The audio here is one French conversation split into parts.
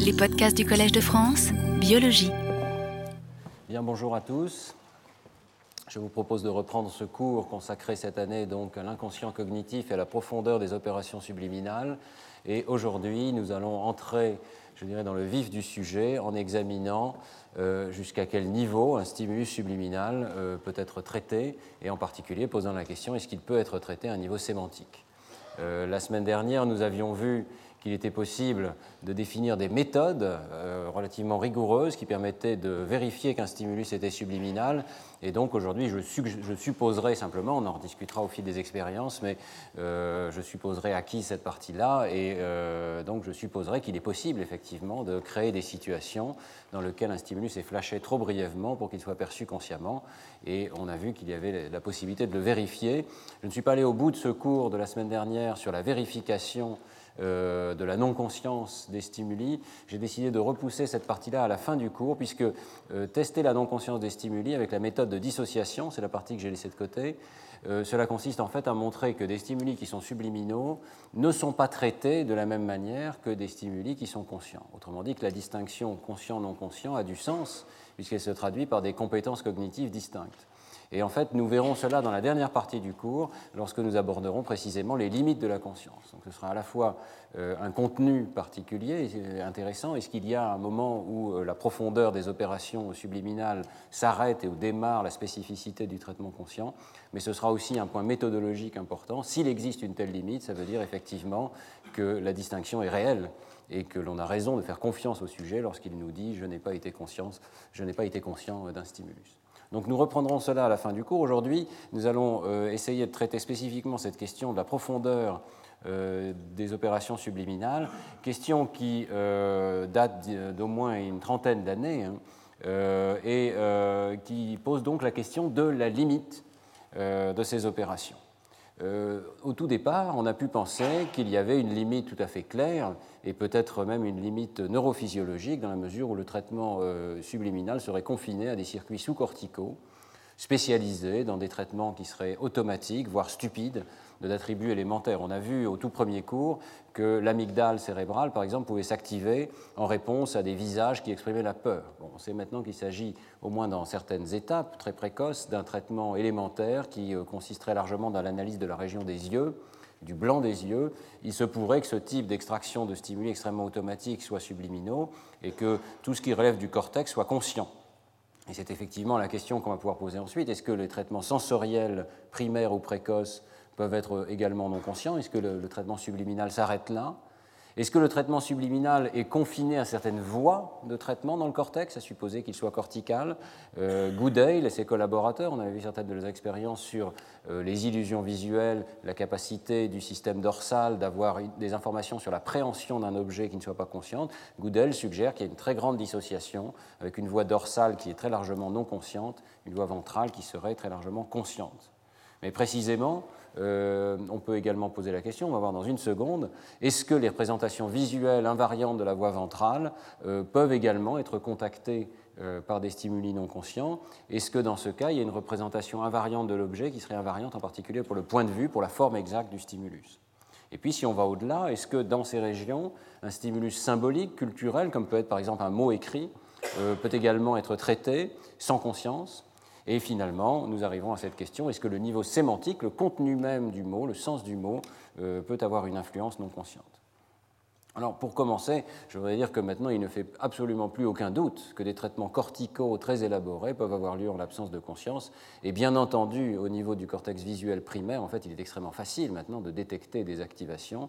Les podcasts du Collège de France, Biologie. Bien, bonjour à tous. Je vous propose de reprendre ce cours consacré cette année donc à l'inconscient cognitif et à la profondeur des opérations subliminales. Et aujourd'hui, nous allons entrer, je dirais, dans le vif du sujet en examinant jusqu'à quel niveau un stimulus subliminal peut être traité, et en particulier posant la question, est-ce qu'il peut être traité à un niveau sémantique ? La semaine dernière, nous avions vu qu'il était possible de définir des méthodes relativement rigoureuses qui permettaient de vérifier qu'un stimulus était subliminal. Et donc aujourd'hui, je supposerai simplement, on en rediscutera au fil des expériences, mais je supposerai acquis cette partie-là, et donc je supposerai qu'il est possible effectivement de créer des situations dans lesquelles un stimulus est flashé trop brièvement pour qu'il soit perçu consciemment. Et on a vu qu'il y avait la possibilité de le vérifier. Je ne suis pas allé au bout de ce cours de la semaine dernière sur la vérification de la non-conscience des stimuli. J'ai décidé de repousser cette partie-là à la fin du cours, puisque tester la non-conscience des stimuli avec la méthode de dissociation, c'est la partie que j'ai laissée de côté, cela consiste en fait à montrer que des stimuli qui sont subliminaux ne sont pas traités de la même manière que des stimuli qui sont conscients. Autrement dit, que la distinction conscient-non-conscient a du sens, puisqu'elle se traduit par des compétences cognitives distinctes. Et en fait, nous verrons cela dans la dernière partie du cours, lorsque nous aborderons précisément les limites de la conscience. Donc, ce sera à la fois un contenu particulier intéressant. Est-ce qu'il y a un moment où la profondeur des opérations subliminales s'arrête et où démarre la spécificité du traitement conscient? Mais ce sera aussi un point méthodologique important. S'il existe une telle limite, ça veut dire effectivement que la distinction est réelle et que l'on a raison de faire confiance au sujet lorsqu'il nous dit « je n'ai pas été conscient d'un stimulus ». Donc nous reprendrons cela à la fin du cours. Aujourd'hui, nous allons essayer de traiter spécifiquement cette question de la profondeur des opérations subliminales, question qui date d'au moins une trentaine d'années et qui pose donc la question de la limite de ces opérations. Au tout départ, on a pu penser qu'il y avait une limite tout à fait claire et peut-être même une limite neurophysiologique dans la mesure où le traitement subliminal serait confiné à des circuits sous-corticaux spécialisés dans des traitements qui seraient automatiques, voire stupides, d'attributs élémentaires. On a vu au tout premier cours que l'amygdale cérébrale, par exemple, pouvait s'activer en réponse à des visages qui exprimaient la peur. Bon, on sait maintenant qu'il s'agit, au moins dans certaines étapes très précoces, d'un traitement élémentaire qui consisterait largement dans l'analyse de la région des yeux, du blanc des yeux. Il se pourrait que ce type d'extraction de stimuli extrêmement automatiques soit subliminaux et que tout ce qui relève du cortex soit conscient. Et c'est effectivement la question qu'on va pouvoir poser ensuite. Est-ce que les traitements sensoriels primaires ou précoces peuvent être également non conscients? Est-ce que le traitement subliminal s'arrête là? Est-ce que le traitement subliminal est confiné à certaines voies de traitement dans le cortex, à supposer qu'il soit cortical? Goodale et ses collaborateurs, on avait vu certaines de leurs expériences sur les illusions visuelles, la capacité du système dorsal d'avoir des informations sur la préhension d'un objet qui ne soit pas consciente. Goodale suggère qu'il y a une très grande dissociation avec une voie dorsale qui est très largement non consciente, une voie ventrale qui serait très largement consciente. Mais précisément, on peut également poser la question, on va voir dans une seconde, est-ce que les représentations visuelles invariantes de la voie ventrale peuvent également être contactées par des stimuli non conscients? Est-ce que dans ce cas, il y a une représentation invariante de l'objet qui serait invariante en particulier pour le point de vue, pour la forme exacte du stimulus? Et puis, si on va au-delà, est-ce que dans ces régions, un stimulus symbolique, culturel, comme peut être par exemple un mot écrit, peut également être traité sans conscience? Et finalement, nous arrivons à cette question, est-ce que le niveau sémantique, le contenu même du mot, le sens du mot, peut avoir une influence non consciente? Alors, pour commencer, je voudrais dire que maintenant, il ne fait absolument plus aucun doute que des traitements corticaux très élaborés peuvent avoir lieu en l'absence de conscience. Et bien entendu, au niveau du cortex visuel primaire, en fait, il est extrêmement facile maintenant de détecter des activations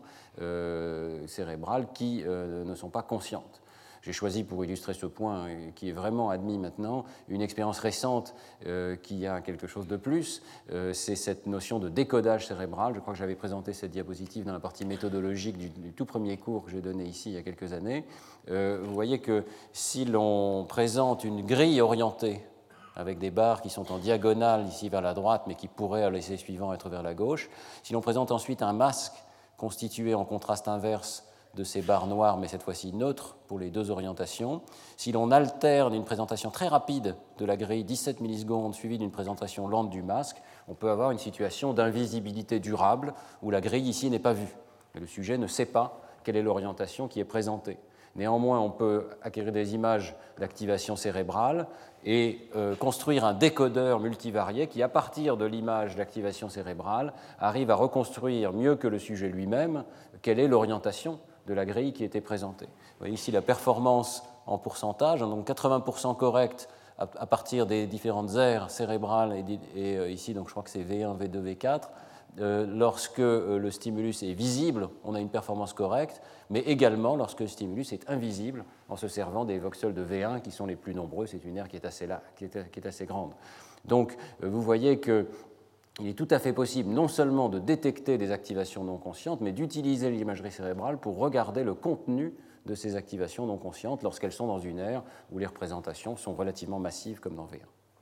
cérébrales qui ne sont pas conscientes. J'ai choisi pour illustrer ce point, qui est vraiment admis maintenant, une expérience récente qui a quelque chose de plus. C'est cette notion de décodage cérébral. Je crois que j'avais présenté cette diapositive dans la partie méthodologique du tout premier cours que j'ai donné ici il y a quelques années. Vous voyez que si l'on présente une grille orientée avec des barres qui sont en diagonale ici vers la droite, mais qui pourraient à l'essai suivant être vers la gauche, si l'on présente ensuite un masque constitué en contraste inverse de ces barres noires, mais cette fois-ci neutres pour les deux orientations. Si l'on alterne une présentation très rapide de la grille, 17 millisecondes, suivie d'une présentation lente du masque, on peut avoir une situation d'invisibilité durable où la grille ici n'est pas vue. Et le sujet ne sait pas quelle est l'orientation qui est présentée. Néanmoins, on peut acquérir des images d'activation cérébrale et construire un décodeur multivarié qui, à partir de l'image d'activation cérébrale, arrive à reconstruire mieux que le sujet lui-même quelle est l'orientation de la grille qui était présentée. Vous voyez ici la performance en pourcentage, donc 80% correct à partir des différentes aires cérébrales, et ici donc je crois que c'est V1, V2, V4. Lorsque le stimulus est visible, on a une performance correcte, mais également lorsque le stimulus est invisible, en se servant des voxels de V1 qui sont les plus nombreux. C'est une aire qui est assez grande. Donc vous voyez qu'il est tout à fait possible non seulement de détecter des activations non conscientes, mais d'utiliser l'imagerie cérébrale pour regarder le contenu de ces activations non conscientes lorsqu'elles sont dans une aire où les représentations sont relativement massives comme dans V1.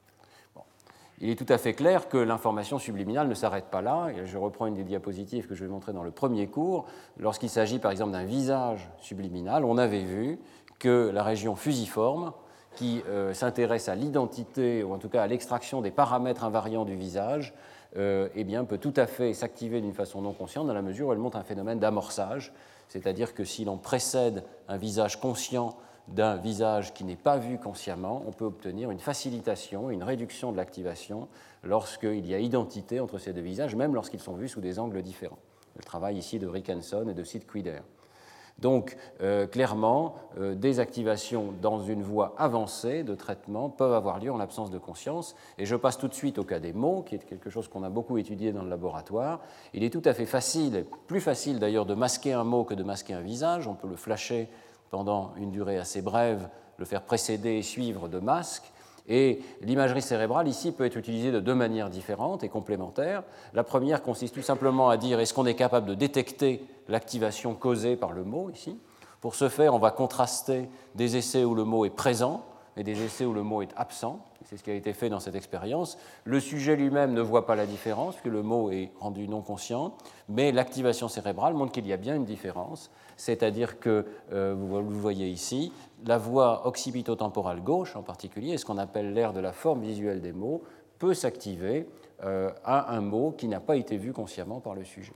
Il est tout à fait clair que l'information subliminale ne s'arrête pas là. Et je reprends une des diapositives que je vais montrer dans le premier cours. Lorsqu'il s'agit par exemple d'un visage subliminal, on avait vu que la région fusiforme, qui s'intéresse à l'identité, ou en tout cas à l'extraction des paramètres invariants du visage, eh bien, peut tout à fait s'activer d'une façon non consciente dans la mesure où elle montre un phénomène d'amorçage, c'est-à-dire que si l'on précède un visage conscient d'un visage qui n'est pas vu consciemment, on peut obtenir une facilitation, une réduction de l'activation lorsqu'il y a identité entre ces deux visages, même lorsqu'ils sont vus sous des angles différents. Le travail ici de Rickenson et de Sid Quider. Donc, clairement, des activations dans une voie avancée de traitement peuvent avoir lieu en l'absence de conscience. Et je passe tout de suite au cas des mots, qui est quelque chose qu'on a beaucoup étudié dans le laboratoire. Il est tout à fait facile, plus facile d'ailleurs de masquer un mot que de masquer un visage. On peut le flasher pendant une durée assez brève, le faire précéder et suivre de masques. Et l'imagerie cérébrale, ici, peut être utilisée de deux manières différentes et complémentaires. La première consiste tout simplement à dire est-ce qu'on est capable de détecter l'activation causée par le mot, ici. Pour ce faire, on va contraster des essais où le mot est présent et des essais où le mot est absent. C'est ce qui a été fait dans cette expérience. Le sujet lui-même ne voit pas la différence, puisque le mot est rendu non conscient, mais l'activation cérébrale montre qu'il y a bien une différence, c'est-à-dire que, vous le voyez ici, la voie occipitotemporale gauche en particulier, ce qu'on appelle l'aire de la forme visuelle des mots, peut s'activer à un mot qui n'a pas été vu consciemment par le sujet.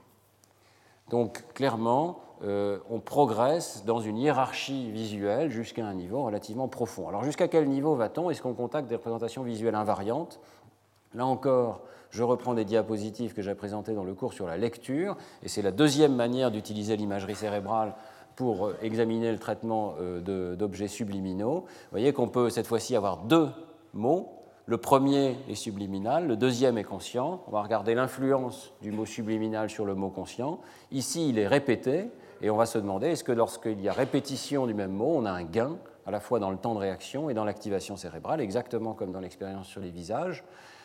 Donc, clairement, on progresse dans une hiérarchie visuelle jusqu'à un niveau relativement profond. Alors, jusqu'à quel niveau va-t-on? Est-ce qu'on contacte des représentations visuelles invariantes? Là encore, je reprends des diapositives que j'ai présentées dans le cours sur la lecture, et c'est la deuxième manière d'utiliser l'imagerie cérébrale pour examiner le traitement d'objets subliminaux. Vous voyez qu'on peut cette fois-ci avoir deux mots. Le premier est subliminal, le deuxième est conscient. On va regarder l'influence du mot subliminal sur le mot conscient. Ici, il est répété, et on va se demander est-ce que lorsqu'il y a répétition du même mot, on a un gain à la fois dans le temps de réaction et dans l'activation cérébrale, exactement comme dans l'expérience sur les visages.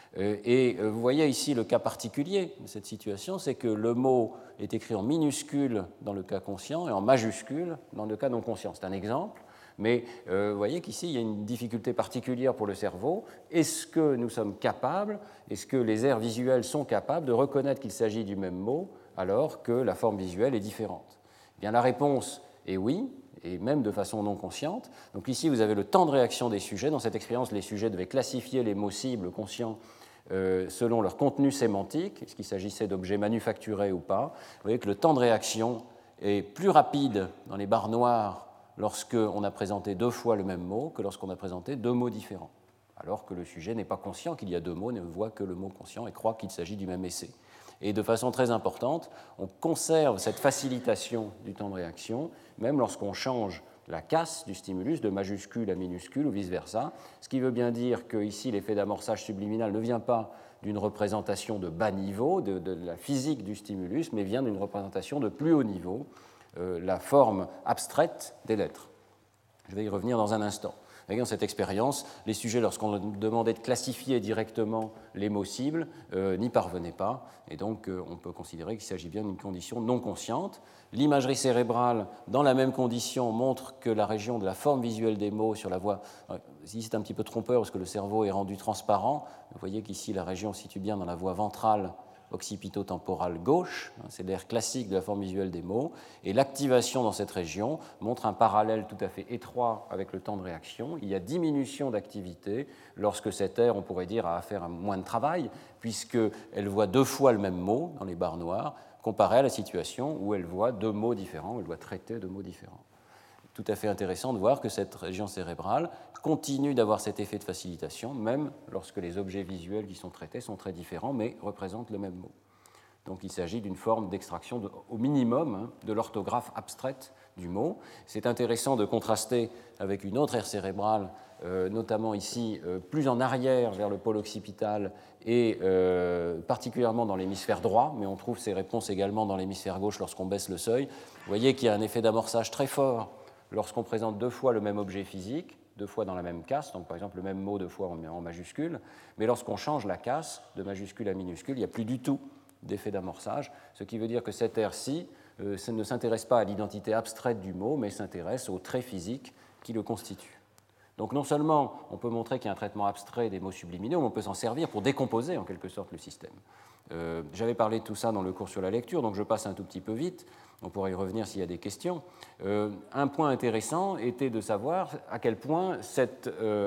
Et vous voyez ici le cas particulier de cette situation, c'est que le mot est écrit en minuscule dans le cas conscient et en majuscule dans le cas non conscient. C'est un exemple, mais vous voyez qu'ici, il y a une difficulté particulière pour le cerveau. Est-ce que nous sommes capables, est-ce que les aires visuelles sont capables de reconnaître qu'il s'agit du même mot alors que la forme visuelle est différente? Eh bien, la réponse est oui, et même de façon non consciente. Donc ici, vous avez le temps de réaction des sujets. Dans cette expérience, les sujets devaient classifier les mots cibles conscients selon leur contenu sémantique, est-ce qu'il s'agissait d'objets manufacturés ou pas. Vous voyez que le temps de réaction est plus rapide dans les barres noires lorsqu'on a présenté deux fois le même mot que lorsqu'on a présenté deux mots différents, alors que le sujet n'est pas conscient qu'il y a deux mots, ne voit que le mot conscient et croit qu'il s'agit du même essai. Et de façon très importante, on conserve cette facilitation du temps de réaction, même lorsqu'on change la casse du stimulus de majuscule à minuscule ou vice-versa, ce qui veut bien dire qu'ici l'effet d'amorçage subliminal ne vient pas d'une représentation de bas niveau, de la physique du stimulus, mais vient d'une représentation de plus haut niveau, la forme abstraite des lettres. Je vais y revenir dans un instant. Dans cette expérience, les sujets, lorsqu'on leur demandait de classifier directement les mots cibles, n'y parvenaient pas, et donc on peut considérer qu'il s'agit bien d'une condition non consciente. L'imagerie cérébrale, dans la même condition, montre que la région de la forme visuelle des mots sur la voie... Ici, c'est un petit peu trompeur parce que le cerveau est rendu transparent. Vous voyez qu'ici, la région se situe bien dans la voie ventrale occipitotemporale gauche, c'est l'aire classique de la forme visuelle des mots, et l'activation dans cette région montre un parallèle tout à fait étroit avec le temps de réaction. Il y a diminution d'activité lorsque cette aire, on pourrait dire, a affaire à moins de travail, puisqu'elle voit deux fois le même mot dans les barres noires, comparé à la situation où elle voit deux mots différents, où elle doit traiter deux mots différents. tout à fait intéressant de voir que cette région cérébrale continue d'avoir cet effet de facilitation, même lorsque les objets visuels qui sont traités sont très différents, mais représentent le même mot. Donc il s'agit d'une forme d'extraction au minimum de l'orthographe abstraite du mot. C'est intéressant de contraster avec une autre aire cérébrale, notamment ici plus en arrière vers le pôle occipital et particulièrement dans l'hémisphère droit, mais on trouve ces réponses également dans l'hémisphère gauche lorsqu'on baisse le seuil. Vous voyez qu'il y a un effet d'amorçage très fort lorsqu'on présente deux fois le même objet physique, deux fois dans la même casse, donc par exemple le même mot deux fois en majuscule, mais lorsqu'on change la casse de majuscule à minuscule, il n'y a plus du tout d'effet d'amorçage, ce qui veut dire que cette aire-ci ne s'intéresse pas à l'identité abstraite du mot, mais s'intéresse aux traits physiques qui le constituent. Donc non seulement on peut montrer qu'il y a un traitement abstrait des mots subliminaux, mais on peut s'en servir pour décomposer en quelque sorte le système. J'avais parlé de tout ça dans le cours sur la lecture, donc je passe un tout petit peu vite, on pourra y revenir s'il y a des questions. Un point intéressant était de savoir à quel point cet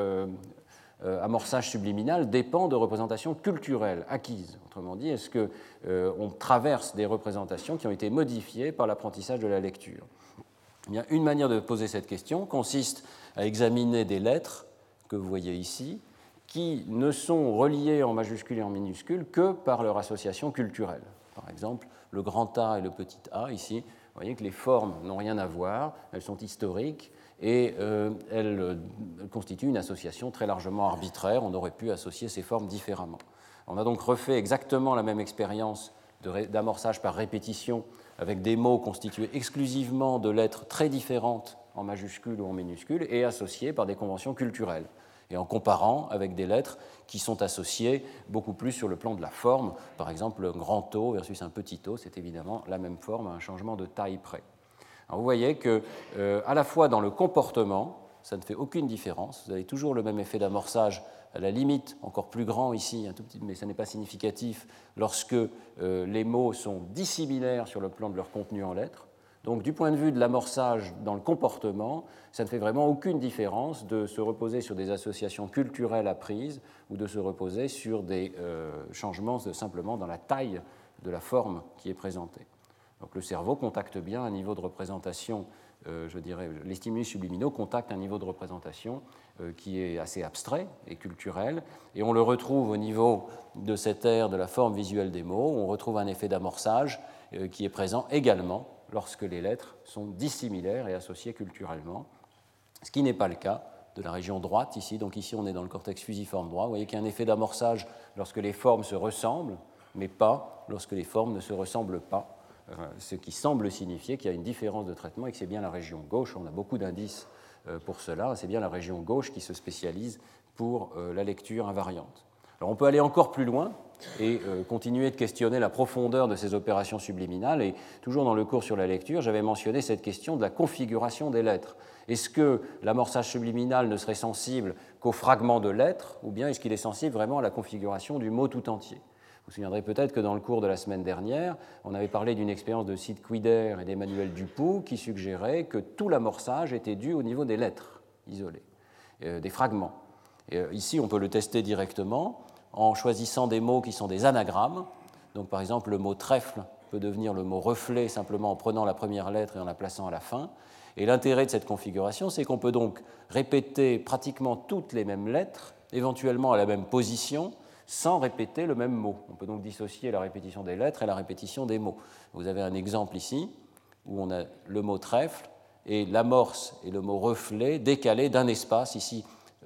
amorçage subliminal dépend de représentations culturelles acquises. Autrement dit, est-ce qu'on traverse des représentations qui ont été modifiées par l'apprentissage de la lecture? Eh bien, une manière de poser cette question consiste à examiner des lettres que vous voyez ici, qui ne sont reliées en majuscules et en minuscules que par leur association culturelle. Par exemple, le grand A et le petit a, ici, vous voyez que les formes n'ont rien à voir, elles sont historiques, et elles constituent une association très largement arbitraire. On aurait pu associer ces formes différemment. On a donc refait exactement la même expérience d'amorçage par répétition avec des mots constitués exclusivement de lettres très différentes en majuscules ou en minuscules et associés par des conventions culturelles, et en comparant avec des lettres qui sont associées beaucoup plus sur le plan de la forme. Par exemple, un grand O versus un petit o, c'est évidemment la même forme à un changement de taille près. Alors vous voyez que, à la fois dans le comportement, ça ne fait aucune différence. Vous avez toujours le même effet d'amorçage, à la limite encore plus grand ici, un tout petit, mais ça n'est pas significatif, lorsque les mots sont dissimilaires sur le plan de leur contenu en lettres. Donc du point de vue de l'amorçage dans le comportement, ça ne fait vraiment aucune différence de se reposer sur des associations culturelles apprises ou de se reposer sur des changements simplement dans la taille de la forme qui est présentée. Donc le cerveau contacte bien un niveau de représentation, je dirais, les stimuli subliminaux contactent un niveau de représentation qui est assez abstrait et culturel, et on le retrouve au niveau de cette aire de la forme visuelle des mots, on retrouve un effet d'amorçage qui est présent également lorsque les lettres sont dissimilaires et associées culturellement, ce qui n'est pas le cas de la région droite ici. Donc ici on est dans le cortex fusiforme droit, vous voyez qu'il y a un effet d'amorçage lorsque les formes se ressemblent, mais pas lorsque les formes ne se ressemblent pas, ce qui semble signifier qu'il y a une différence de traitement et que c'est bien la région gauche, on a beaucoup d'indices pour cela, c'est bien la région gauche qui se spécialise pour la lecture invariante. Alors on peut aller encore plus loin et continuer de questionner la profondeur de ces opérations subliminales, et toujours dans le cours sur la lecture, j'avais mentionné cette question de la configuration des lettres. Est-ce que l'amorçage subliminal ne serait sensible qu'aux fragments de lettres, ou bien est-ce qu'il est sensible vraiment à la configuration du mot tout entier ? Vous vous souviendrez peut-être que dans le cours de la semaine dernière, on avait parlé d'une expérience de Sid Quider et d'Emmanuel Dupoux qui suggérait que tout l'amorçage était dû au niveau des lettres isolées, des fragments. Et ici, on peut le tester directement en choisissant des mots qui sont des anagrammes. Donc, par exemple, le mot trèfle peut devenir le mot reflet simplement en prenant la première lettre et en la plaçant à la fin. Et l'intérêt de cette configuration, c'est qu'on peut donc répéter pratiquement toutes les mêmes lettres, éventuellement à la même position, sans répéter le même mot. On peut donc dissocier la répétition des lettres et la répétition des mots. Vous avez un exemple ici où on a le mot trèfle et l'amorce et le mot reflet décalés d'un espace. Ici,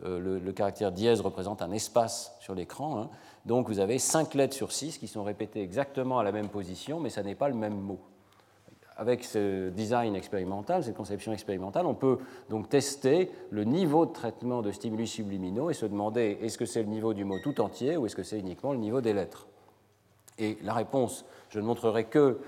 le caractère dièse représente un espace sur l'écran. Donc vous avez 5 lettres sur 6 qui sont répétées exactement à la même position, mais ça n'est pas le même mot. Avec ce design expérimental, cette conception expérimentale, on peut donc tester le niveau de traitement de stimuli subliminaux et se demander est-ce que c'est le niveau du mot tout entier ou est-ce que c'est uniquement le niveau des lettres. Et la réponse, je ne montrerai que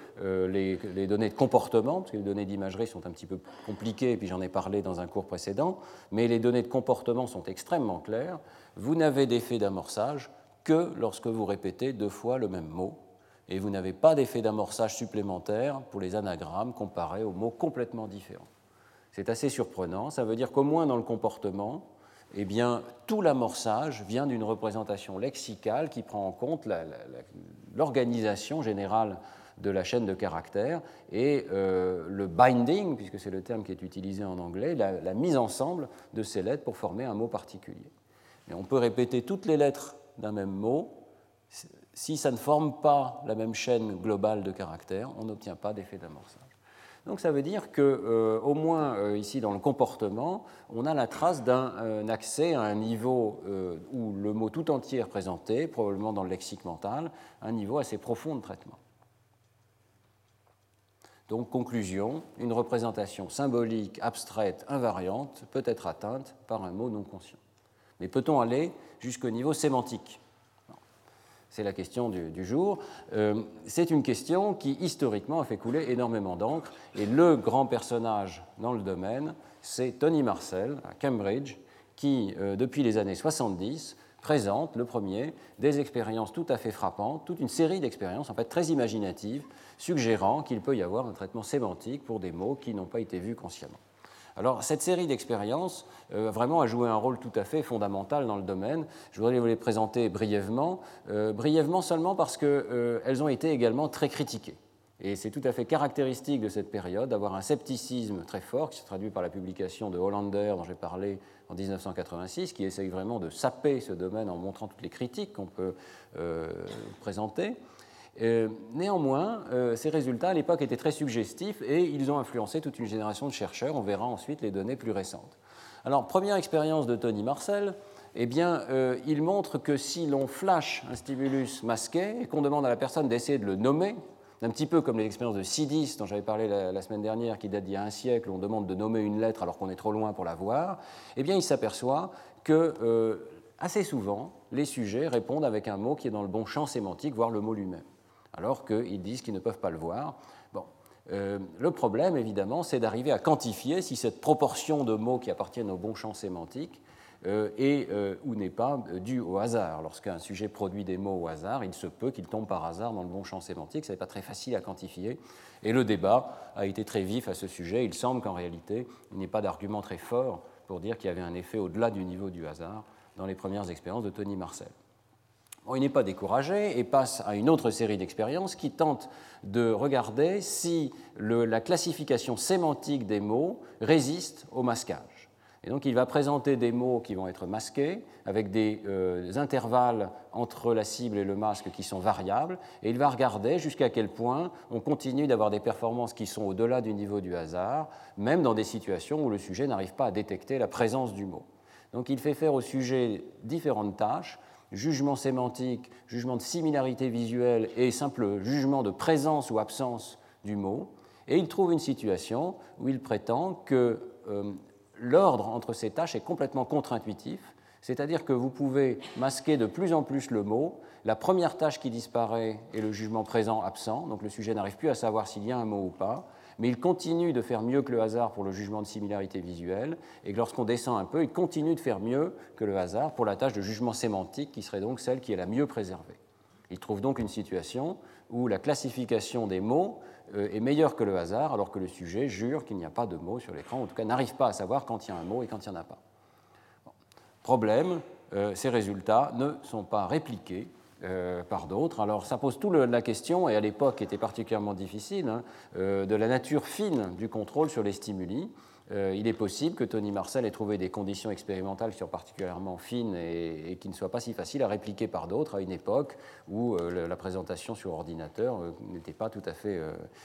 les données de comportement, parce que les données d'imagerie sont un petit peu compliquées, et puis j'en ai parlé dans un cours précédent, mais les données de comportement sont extrêmement claires. Vous n'avez d'effet d'amorçage que lorsque vous répétez 2 fois le même mot, et vous n'avez pas d'effet d'amorçage supplémentaire pour les anagrammes comparés aux mots complètement différents. C'est assez surprenant, ça veut dire qu'au moins dans le comportement, eh bien, tout l'amorçage vient d'une représentation lexicale qui prend en compte l'organisation générale de la chaîne de caractères, et le binding, puisque c'est le terme qui est utilisé en anglais, la mise ensemble de ces lettres pour former un mot particulier. Et on peut répéter toutes les lettres d'un même mot. Si ça ne forme pas la même chaîne globale de caractères, on n'obtient pas d'effet d'amorçage. Donc ça veut dire qu'au moins ici dans le comportement, on a la trace d'un accès à un niveau où le mot tout entier est représenté, probablement dans le lexique mental, un niveau assez profond de traitement. Donc conclusion, une représentation symbolique, abstraite, invariante peut être atteinte par un mot non conscient. Mais peut-on aller jusqu'au niveau sémantique ? C'est la question du jour. C'est une question qui, historiquement, a fait couler énormément d'encre. Et le grand personnage dans le domaine, c'est Tony Marcel, à Cambridge, qui, depuis les années 70, présente, le premier, des expériences tout à fait frappantes, toute une série d'expériences, en fait très imaginatives, suggérant qu'il peut y avoir un traitement sémantique pour des mots qui n'ont pas été vus consciemment. Alors, cette série d'expériences, vraiment, a joué un rôle tout à fait fondamental dans le domaine. Je voudrais vous les présenter brièvement seulement parce qu'elles ont été également très critiquées. Et c'est tout à fait caractéristique de cette période d'avoir un scepticisme très fort, qui se traduit par la publication de Hollander, dont j'ai parlé en 1986, qui essaye vraiment de saper ce domaine en montrant toutes les critiques qu'on peut présenter. Néanmoins, ces résultats à l'époque étaient très suggestifs et ils ont influencé toute une génération de chercheurs. On verra ensuite les données plus récentes. Alors, première expérience de Tony Marcel, eh bien, il montre que si l'on flash un stimulus masqué et qu'on demande à la personne d'essayer de le nommer, un petit peu comme les expériences de C10 dont j'avais parlé la semaine dernière, qui date d'il y a un siècle, où on demande de nommer une lettre alors qu'on est trop loin pour la voir, eh bien, il s'aperçoit que assez souvent, les sujets répondent avec un mot qui est dans le bon champ sémantique, voire le mot lui-même, alors qu'ils disent qu'ils ne peuvent pas le voir. Bon. Le problème, évidemment, c'est d'arriver à quantifier si cette proportion de mots qui appartiennent au bon champ sémantique est ou n'est pas due au hasard. Lorsqu'un sujet produit des mots au hasard, il se peut qu'il tombe par hasard dans le bon champ sémantique. Ce n'est pas très facile à quantifier. Et le débat a été très vif à ce sujet. Il semble qu'en réalité, il n'y ait pas d'argument très fort pour dire qu'il y avait un effet au-delà du niveau du hasard dans les premières expériences de Tony Marcel. Bon, il n'est pas découragé et passe à une autre série d'expériences qui tente de regarder si la classification sémantique des mots résiste au masquage. Et donc il va présenter des mots qui vont être masqués avec des intervalles entre la cible et le masque qui sont variables, et il va regarder jusqu'à quel point on continue d'avoir des performances qui sont au-delà du niveau du hasard, même dans des situations où le sujet n'arrive pas à détecter la présence du mot. Donc il fait faire au sujet différentes tâches, jugement sémantique, jugement de similarité visuelle et simple jugement de présence ou absence du mot, et il trouve une situation où il prétend que l'ordre entre ces tâches est complètement contre-intuitif, c'est-à-dire que vous pouvez masquer de plus en plus le mot, la première tâche qui disparaît est le jugement présent-absent, donc le sujet n'arrive plus à savoir s'il y a un mot ou pas, mais il continue de faire mieux que le hasard pour le jugement de similarité visuelle, et que lorsqu'on descend un peu, il continue de faire mieux que le hasard pour la tâche de jugement sémantique, qui serait donc celle qui est la mieux préservée. Il trouve donc une situation où la classification des mots est meilleure que le hasard, alors que le sujet jure qu'il n'y a pas de mots sur l'écran, en tout cas n'arrive pas à savoir quand il y a un mot et quand il n'y en a pas. Bon. Problème, ces résultats ne sont pas répliqués par d'autres. Alors ça pose toute la question, et à l'époque était particulièrement difficile, de la nature fine du contrôle sur les stimuli. Il est possible que Tony Marcel ait trouvé des conditions expérimentales qui sont particulièrement fines et qui ne soient pas si faciles à répliquer par d'autres à une époque où la présentation sur ordinateur n'était pas tout à fait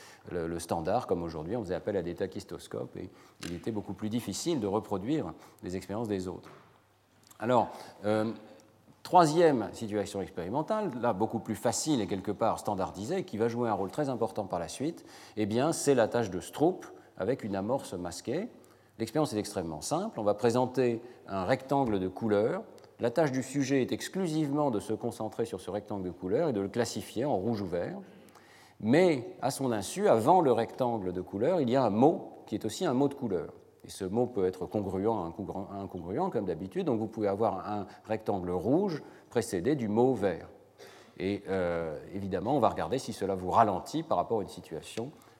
le standard, comme aujourd'hui. On faisait appel à des tachystoscopes et il était beaucoup plus difficile de reproduire les expériences des autres. Alors, troisième situation expérimentale, là beaucoup plus facile et quelque part standardisée, qui va jouer un rôle très important par la suite, eh bien, c'est la tâche de Stroop avec une amorce masquée. L'expérience est extrêmement simple. On va présenter un rectangle de couleur. La tâche du sujet est exclusivement de se concentrer sur ce rectangle de couleur et de le classifier en rouge ou vert. Mais à son insu, avant le rectangle de couleur, il y a un mot qui est aussi un mot de couleur. Et ce mot peut être congruent à incongruent, comme d'habitude. Donc vous pouvez avoir un rectangle rouge précédé du mot vert. Et évidemment, on va regarder si cela vous ralentit par rapport à une situation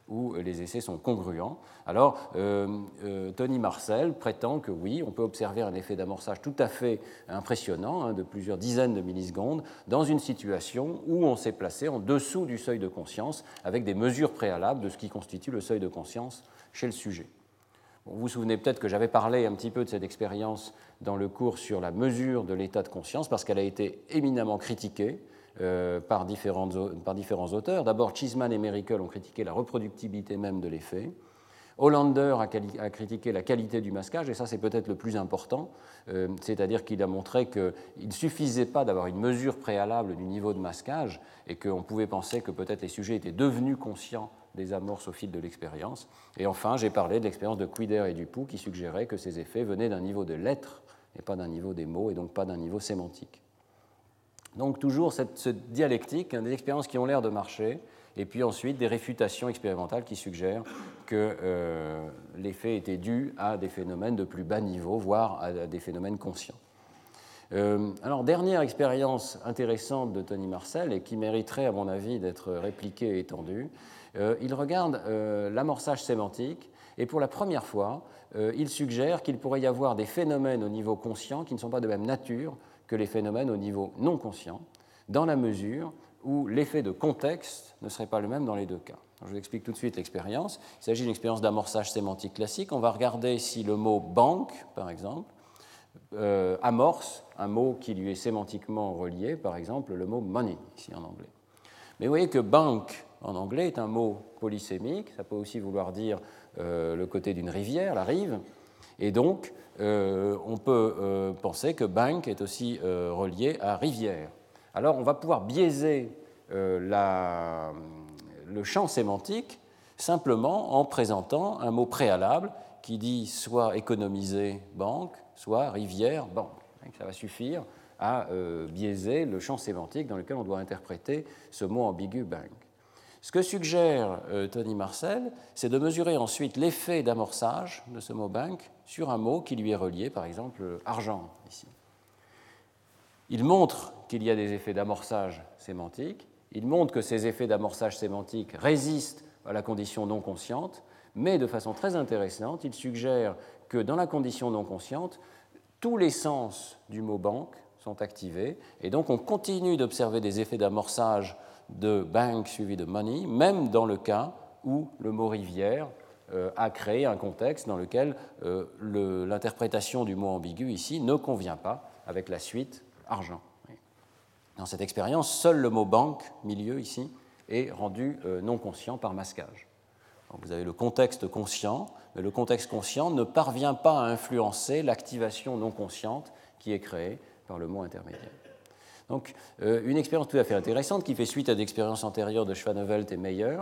où les essais sont congruents. Alors, Tony Marcel prétend que oui, on peut observer un effet d'amorçage tout à fait impressionnant, de plusieurs dizaines de millisecondes, dans une situation où on s'est placé en dessous du seuil de conscience, avec des mesures préalables de ce qui constitue le seuil de conscience chez le sujet. Vous vous souvenez peut-être que j'avais parlé un petit peu de cette expérience dans le cours sur la mesure de l'état de conscience, parce qu'elle a été éminemment critiquée par différents auteurs. D'abord, Cheeseman et Merickel ont critiqué la reproductibilité même de l'effet. Hollander a critiqué la qualité du masquage, et ça c'est peut-être le plus important, c'est-à-dire qu'il a montré qu'il ne suffisait pas d'avoir une mesure préalable du niveau de masquage, et qu'on pouvait penser que peut-être les sujets étaient devenus conscients des amorces au fil de l'expérience. Et enfin, j'ai parlé de l'expérience de Quider et Dupoux, qui suggérait que ces effets venaient d'un niveau de l'être, et pas d'un niveau des mots, et donc pas d'un niveau sémantique. Donc toujours cette dialectique, des expériences qui ont l'air de marcher, et puis ensuite des réfutations expérimentales qui suggèrent que l'effet était dû à des phénomènes de plus bas niveau, voire à des phénomènes conscients. Alors, dernière expérience intéressante de Tony Marcel, et qui mériterait, à mon avis, d'être répliquée et étendue, il regarde l'amorçage sémantique, et pour la première fois, il suggère qu'il pourrait y avoir des phénomènes au niveau conscient qui ne sont pas de même nature que les phénomènes au niveau non conscient, dans la mesure où l'effet de contexte ne serait pas le même dans les deux cas. Alors, je vous explique tout de suite l'expérience. Il s'agit d'une expérience d'amorçage sémantique classique. On va regarder si le mot banque, par exemple, amorce un mot qui lui est sémantiquement relié, par exemple le mot money, ici en anglais. Mais vous voyez que bank en anglais est un mot polysémique, ça peut aussi vouloir dire le côté d'une rivière, la rive, et donc on peut penser que bank est aussi relié à rivière. Alors on va pouvoir biaiser le champ sémantique simplement en présentant un mot préalable qui dit soit économiser banque, soit rivière banque. Ça va suffire à biaiser le champ sémantique dans lequel on doit interpréter ce mot ambigu bank. Ce que suggère Tony Marcel, c'est de mesurer ensuite l'effet d'amorçage de ce mot bank sur un mot qui lui est relié, par exemple argent ici. Il montre qu'il y a des effets d'amorçage sémantique, il montre que ces effets d'amorçage sémantique résistent à la condition non consciente, mais de façon très intéressante, il suggère que dans la condition non consciente, tous les sens du mot banque sont activés, et donc on continue d'observer des effets d'amorçage de bank suivi de money, même dans le cas où le mot rivière a créé un contexte dans lequel l'interprétation du mot ambigu ici ne convient pas avec la suite argent. Dans cette expérience, seul le mot banque, milieu ici, est rendu non conscient par masquage. Donc vous avez le contexte conscient, mais le contexte conscient ne parvient pas à influencer l'activation non consciente qui est créée par le mot intermédiaire. Donc une expérience tout à fait intéressante qui fait suite à des expériences antérieures de Schwanevelt et Meyer,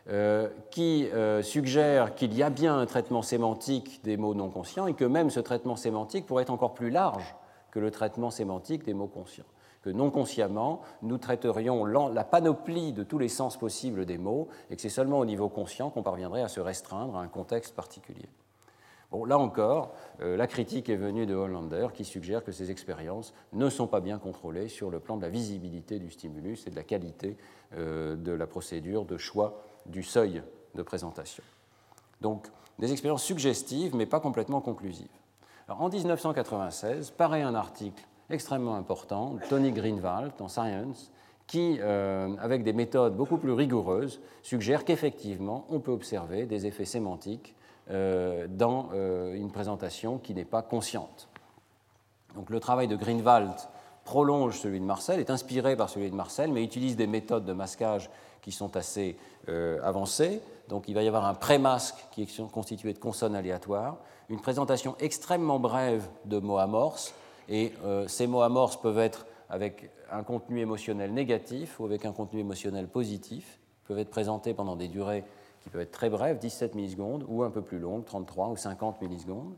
qui suggère qu'il y a bien un traitement sémantique des mots non conscients et que même ce traitement sémantique pourrait être encore plus large que le traitement sémantique des mots conscients. Que non consciemment, nous traiterions la panoplie de tous les sens possibles des mots et que c'est seulement au niveau conscient qu'on parviendrait à se restreindre à un contexte particulier. Bon, là encore, la critique est venue de Hollander qui suggère que ces expériences ne sont pas bien contrôlées sur le plan de la visibilité du stimulus et de la qualité de la procédure de choix du seuil de présentation. Donc, des expériences suggestives, mais pas complètement conclusives. Alors, en 1996, paraît un article extrêmement important, Tony Greenwald, dans Science, qui, avec des méthodes beaucoup plus rigoureuses, suggère qu'effectivement, on peut observer des effets sémantiques dans une présentation qui n'est pas consciente. Donc, le travail de Greenwald prolonge celui de Marcel, est inspiré par celui de Marcel, mais utilise des méthodes de masquage qui sont assez avancées. Donc, il va y avoir un pré-masque qui est constitué de consonnes aléatoires, une présentation extrêmement brève de mots amorces, et ces mots amorces peuvent être avec un contenu émotionnel négatif ou avec un contenu émotionnel positif, peuvent être présentés pendant des durées qui peuvent être très brèves, 17 millisecondes, ou un peu plus longues, 33 ou 50 millisecondes.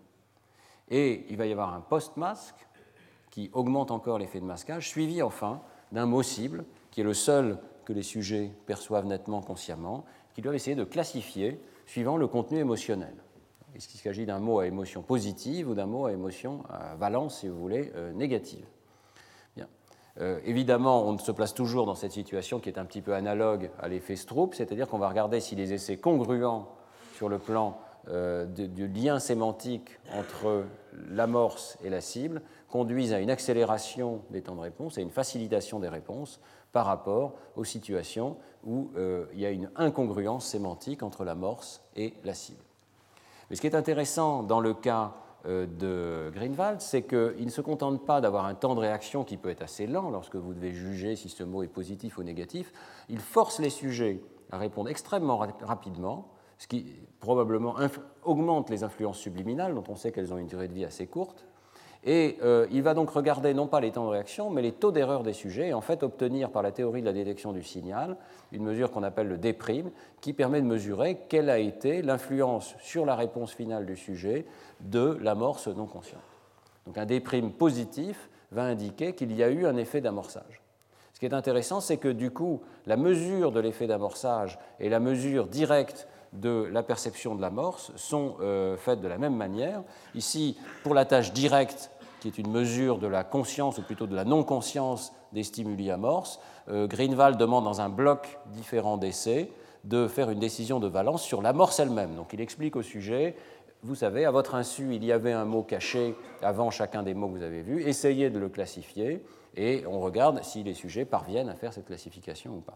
Et il va y avoir un post-masque qui augmente encore l'effet de masquage, suivi enfin d'un mot cible, qui est le seul que les sujets perçoivent nettement consciemment, qu'ils doivent essayer de classifier suivant le contenu émotionnel. Est-ce qu'il s'agit d'un mot à émotion positive ou d'un mot à émotion à valence, si vous voulez, négative? Bien. Évidemment, on se place toujours dans cette situation qui est un petit peu analogue à l'effet Stroop, c'est-à-dire qu'on va regarder si les essais congruents sur le plan du lien sémantique entre l'amorce et la cible conduisent à une accélération des temps de réponse et une facilitation des réponses par rapport aux situations où il y a une incongruence sémantique entre l'amorce et la cible. Mais ce qui est intéressant dans le cas de Greenwald, c'est qu'il ne se contente pas d'avoir un temps de réaction qui peut être assez lent lorsque vous devez juger si ce mot est positif ou négatif. Il force les sujets à répondre extrêmement rapidement, ce qui probablement augmente les influences subliminales, dont on sait qu'elles ont une durée de vie assez courte. Et il va donc regarder non pas les temps de réaction, mais les taux d'erreur des sujets, et en fait obtenir par la théorie de la détection du signal une mesure qu'on appelle le D', qui permet de mesurer quelle a été l'influence sur la réponse finale du sujet de l'amorce non consciente. Donc un D' positif va indiquer qu'il y a eu un effet d'amorçage. Ce qui est intéressant, c'est que du coup, la mesure de l'effet d'amorçage et la mesure directe de la perception de l'amorce sont faites de la même manière. Ici, pour la tâche directe, qui est une mesure de la conscience, ou plutôt de la non-conscience des stimuli amorces, Greenwald demande dans un bloc différent d'essais de faire une décision de valence sur l'amorce elle-même. Donc il explique au sujet, vous savez, à votre insu, il y avait un mot caché avant chacun des mots que vous avez vus, essayez de le classifier, et on regarde si les sujets parviennent à faire cette classification ou pas.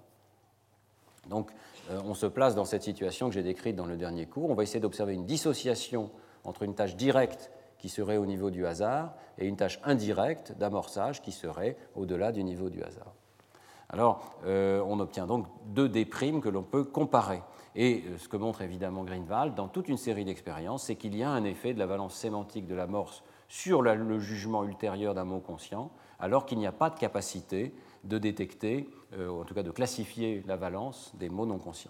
Donc, on se place dans cette situation que j'ai décrite dans le dernier cours. On va essayer d'observer une dissociation entre une tâche directe qui serait au niveau du hasard et une tâche indirecte d'amorçage qui serait au-delà du niveau du hasard. Alors, on obtient donc deux D' que l'on peut comparer. Et ce que montre évidemment Greenwald dans toute une série d'expériences, c'est qu'il y a un effet de la valence sémantique de l'amorce sur le jugement ultérieur d'un mot conscient, alors qu'il n'y a pas de capacité de détecter, ou en tout cas de classifier la valence des mots non conscients.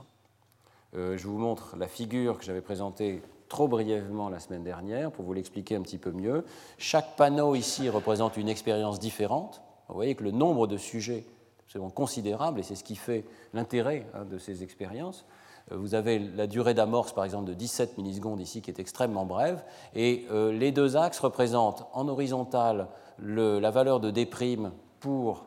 Je vous montre la figure que j'avais présentée trop brièvement la semaine dernière pour vous l'expliquer un petit peu mieux. Chaque panneau ici représente une expérience différente. Vous voyez que le nombre de sujets est absolument considérable et c'est ce qui fait l'intérêt de ces expériences. Vous avez la durée d'amorce, par exemple, de 17 millisecondes ici, qui est extrêmement brève, et les deux axes représentent en horizontal la valeur de D' pour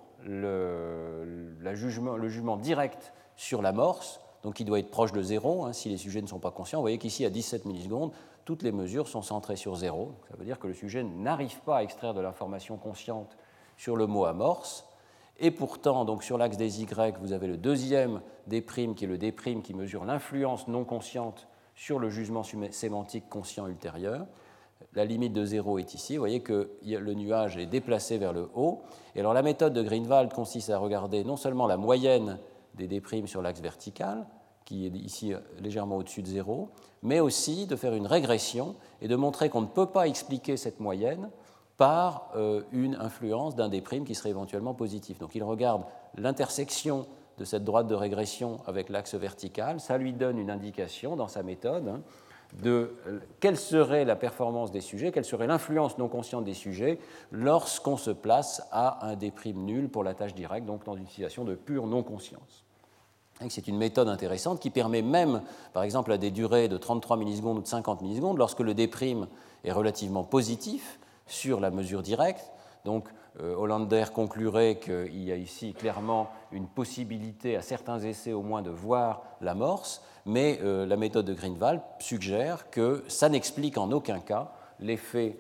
le jugement direct sur l'amorce, donc qui doit être proche de 0 si les sujets ne sont pas conscients. Vous voyez qu'ici, à 17 millisecondes, toutes les mesures sont centrées sur 0. Ça veut dire que le sujet n'arrive pas à extraire de l'information consciente sur le mot amorce. Et pourtant, donc, sur l'axe des Y, vous avez le deuxième D', qui est le D' qui mesure l'influence non consciente sur le jugement sémantique conscient ultérieur. La limite de 0 est ici. Vous voyez que le nuage est déplacé vers le haut. Et alors la méthode de Greenwald consiste à regarder non seulement la moyenne des D' sur l'axe vertical, qui est ici légèrement au-dessus de 0, mais aussi de faire une régression et de montrer qu'on ne peut pas expliquer cette moyenne par une influence d'un D' qui serait éventuellement positif. Donc il regarde l'intersection de cette droite de régression avec l'axe vertical. Ça lui donne une indication dans sa méthode de quelle serait la performance des sujets, quelle serait l'influence non consciente des sujets lorsqu'on se place à un D' nul pour la tâche directe, donc dans une situation de pure non-conscience. C'est une méthode intéressante qui permet même, par exemple, à des durées de 33 millisecondes ou de 50 millisecondes, lorsque le D' est relativement positif sur la mesure directe. Donc, Hollander conclurait qu'il y a ici clairement une possibilité, à certains essais au moins, de voir l'amorce, mais la méthode de Greenwald suggère que ça n'explique en aucun cas l'effet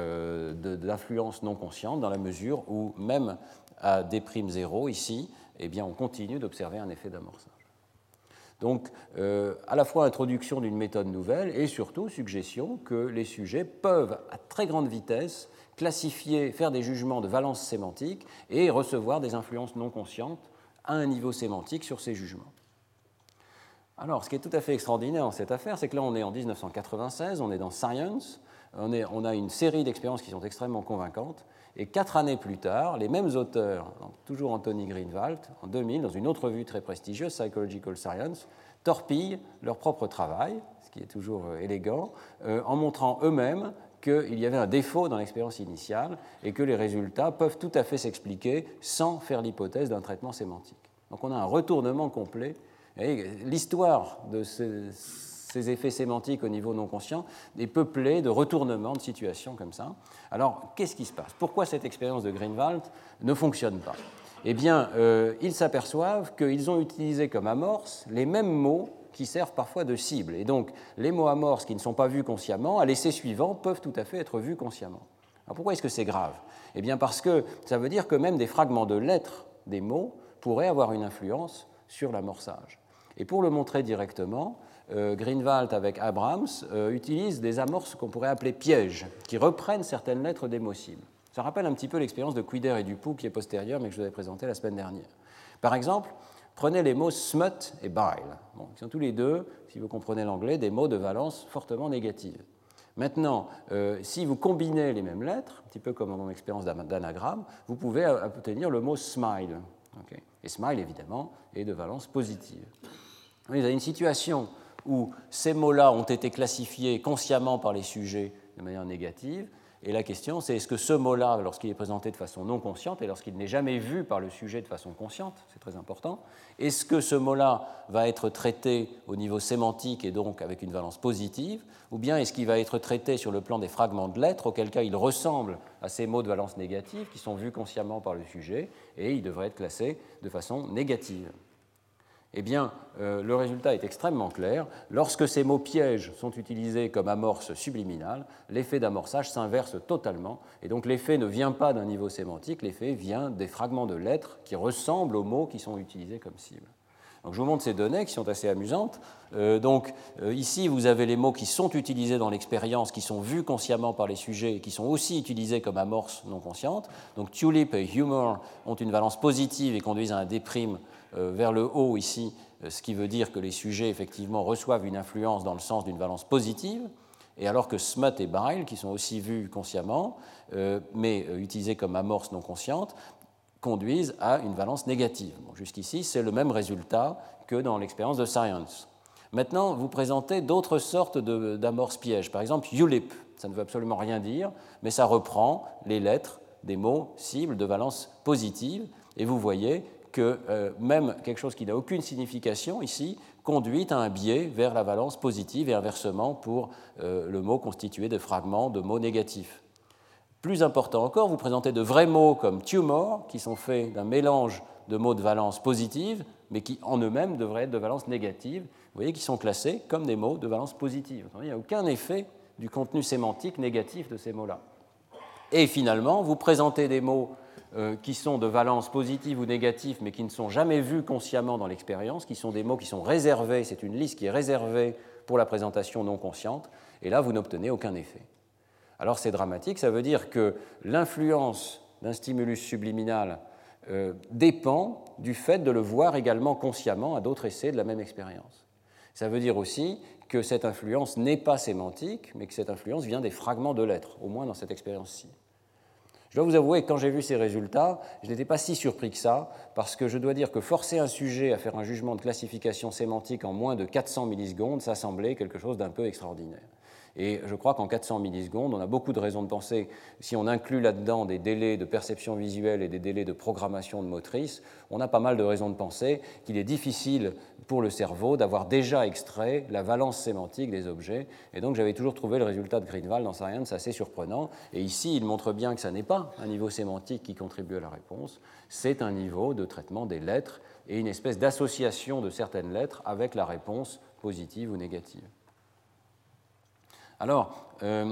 d'influence non consciente, dans la mesure où, même à D'0 ici, eh bien, on continue d'observer un effet d'amorçage. Donc, à la fois introduction d'une méthode nouvelle et surtout suggestion que les sujets peuvent, à très grande vitesse, classifier, faire des jugements de valence sémantique et recevoir des influences non conscientes à un niveau sémantique sur ces jugements. Alors, ce qui est tout à fait extraordinaire dans cette affaire, c'est que là, on est en 1996, on est dans Science, on a une série d'expériences qui sont extrêmement convaincantes, et 4 années plus tard, les mêmes auteurs, toujours Anthony Greenwald, en 2000, dans une autre revue très prestigieuse, Psychological Science, torpillent leur propre travail, ce qui est toujours élégant, en montrant eux-mêmes qu'il y avait un défaut dans l'expérience initiale et que les résultats peuvent tout à fait s'expliquer sans faire l'hypothèse d'un traitement sémantique. Donc on a un retournement complet. L'histoire de ces effets sémantiques au niveau non conscient est peuplé de retournements de situations comme ça. Alors, qu'est-ce qui se passe? Pourquoi cette expérience de Greenwald ne fonctionne pas? Eh bien, ils s'aperçoivent qu'ils ont utilisé comme amorce les mêmes mots qui servent parfois de cible. Et donc, les mots amorces qui ne sont pas vus consciemment, à l'essai suivant, peuvent tout à fait être vus consciemment. Alors, pourquoi est-ce que c'est grave? Eh bien, parce que ça veut dire que même des fragments de lettres des mots pourraient avoir une influence sur l'amorçage. Et pour le montrer directement, Greenwald avec Abrams utilise des amorces qu'on pourrait appeler pièges, qui reprennent certaines lettres des mots cibles. Ça rappelle un petit peu l'expérience de Quider et Dupuy qui est postérieure, mais que je vous avais présentée la semaine dernière. Par exemple, prenez les mots smut et bile, qui sont tous les deux, si vous comprenez l'anglais, des mots de valence fortement négative. Maintenant, si vous combinez les mêmes lettres, un petit peu comme dans mon expérience d'anagramme, vous pouvez obtenir le mot smile. Okay. Et smile, évidemment, est de valence positive. Vous avez une situation où ces mots-là ont été classifiés consciemment par les sujets de manière négative, et la question, c'est est-ce que ce mot-là, lorsqu'il est présenté de façon non consciente et lorsqu'il n'est jamais vu par le sujet de façon consciente, c'est très important, est-ce que ce mot-là va être traité au niveau sémantique et donc avec une valence positive, ou bien est-ce qu'il va être traité sur le plan des fragments de lettres, auquel cas il ressemble à ces mots de valence négative qui sont vus consciemment par le sujet et il devrait être classé de façon négative? Eh bien, le résultat est extrêmement clair. Lorsque ces mots pièges sont utilisés comme amorce subliminale, l'effet d'amorçage s'inverse totalement. Et donc l'effet ne vient pas d'un niveau sémantique, l'effet vient des fragments de lettres qui ressemblent aux mots qui sont utilisés comme cible. Donc, je vous montre ces données qui sont assez amusantes. Ici, vous avez les mots qui sont utilisés dans l'expérience, qui sont vus consciemment par les sujets et qui sont aussi utilisés comme amorce non consciente. Donc tulip et humor ont une valence positive et conduisent à un déprime vers le haut ici, ce qui veut dire que les sujets effectivement reçoivent une influence dans le sens d'une valence positive, et alors que smut et bile, qui sont aussi vus consciemment, mais utilisés comme amorce non consciente, conduisent à une valence négative. Bon, jusqu'ici, c'est le même résultat que dans l'expérience de Science. Maintenant, vous présentez d'autres sortes d'amorces pièges. Par exemple, ulip, ça ne veut absolument rien dire, mais ça reprend les lettres des mots cibles de valence positive, et vous voyez que même quelque chose qui n'a aucune signification ici conduit à un biais vers la valence positive et inversement pour le mot constitué de fragments de mots négatifs. Plus important encore, vous présentez de vrais mots comme tumor, qui sont faits d'un mélange de mots de valence positive, mais qui en eux-mêmes devraient être de valence négative, vous voyez, qui sont classés comme des mots de valence positive. Il n'y a aucun effet du contenu sémantique négatif de ces mots-là. Et finalement, vous présentez des mots qui sont de valence positive ou négative, mais qui ne sont jamais vus consciemment dans l'expérience, qui sont des mots qui sont réservés, c'est une liste qui est réservée pour la présentation non consciente, et là, vous n'obtenez aucun effet. Alors c'est dramatique, ça veut dire que l'influence d'un stimulus subliminal dépend du fait de le voir également consciemment à d'autres essais de la même expérience. Ça veut dire aussi que cette influence n'est pas sémantique, mais que cette influence vient des fragments de lettres, au moins dans cette expérience-ci. Je dois vous avouer que quand j'ai vu ces résultats, je n'étais pas si surpris que ça, parce que je dois dire que forcer un sujet à faire un jugement de classification sémantique en moins de 400 millisecondes, ça semblait quelque chose d'un peu extraordinaire. Et je crois qu'en 400 millisecondes, on a beaucoup de raisons de penser, si on inclut là-dedans des délais de perception visuelle et des délais de programmation de motrice, on a pas mal de raisons de penser qu'il est difficile pour le cerveau d'avoir déjà extrait la valence sémantique des objets. Et donc j'avais toujours trouvé le résultat de Greenwald dans Science assez surprenant. Et ici, il montre bien que ça n'est pas un niveau sémantique qui contribue à la réponse, c'est un niveau de traitement des lettres et une espèce d'association de certaines lettres avec la réponse positive ou négative. Alors,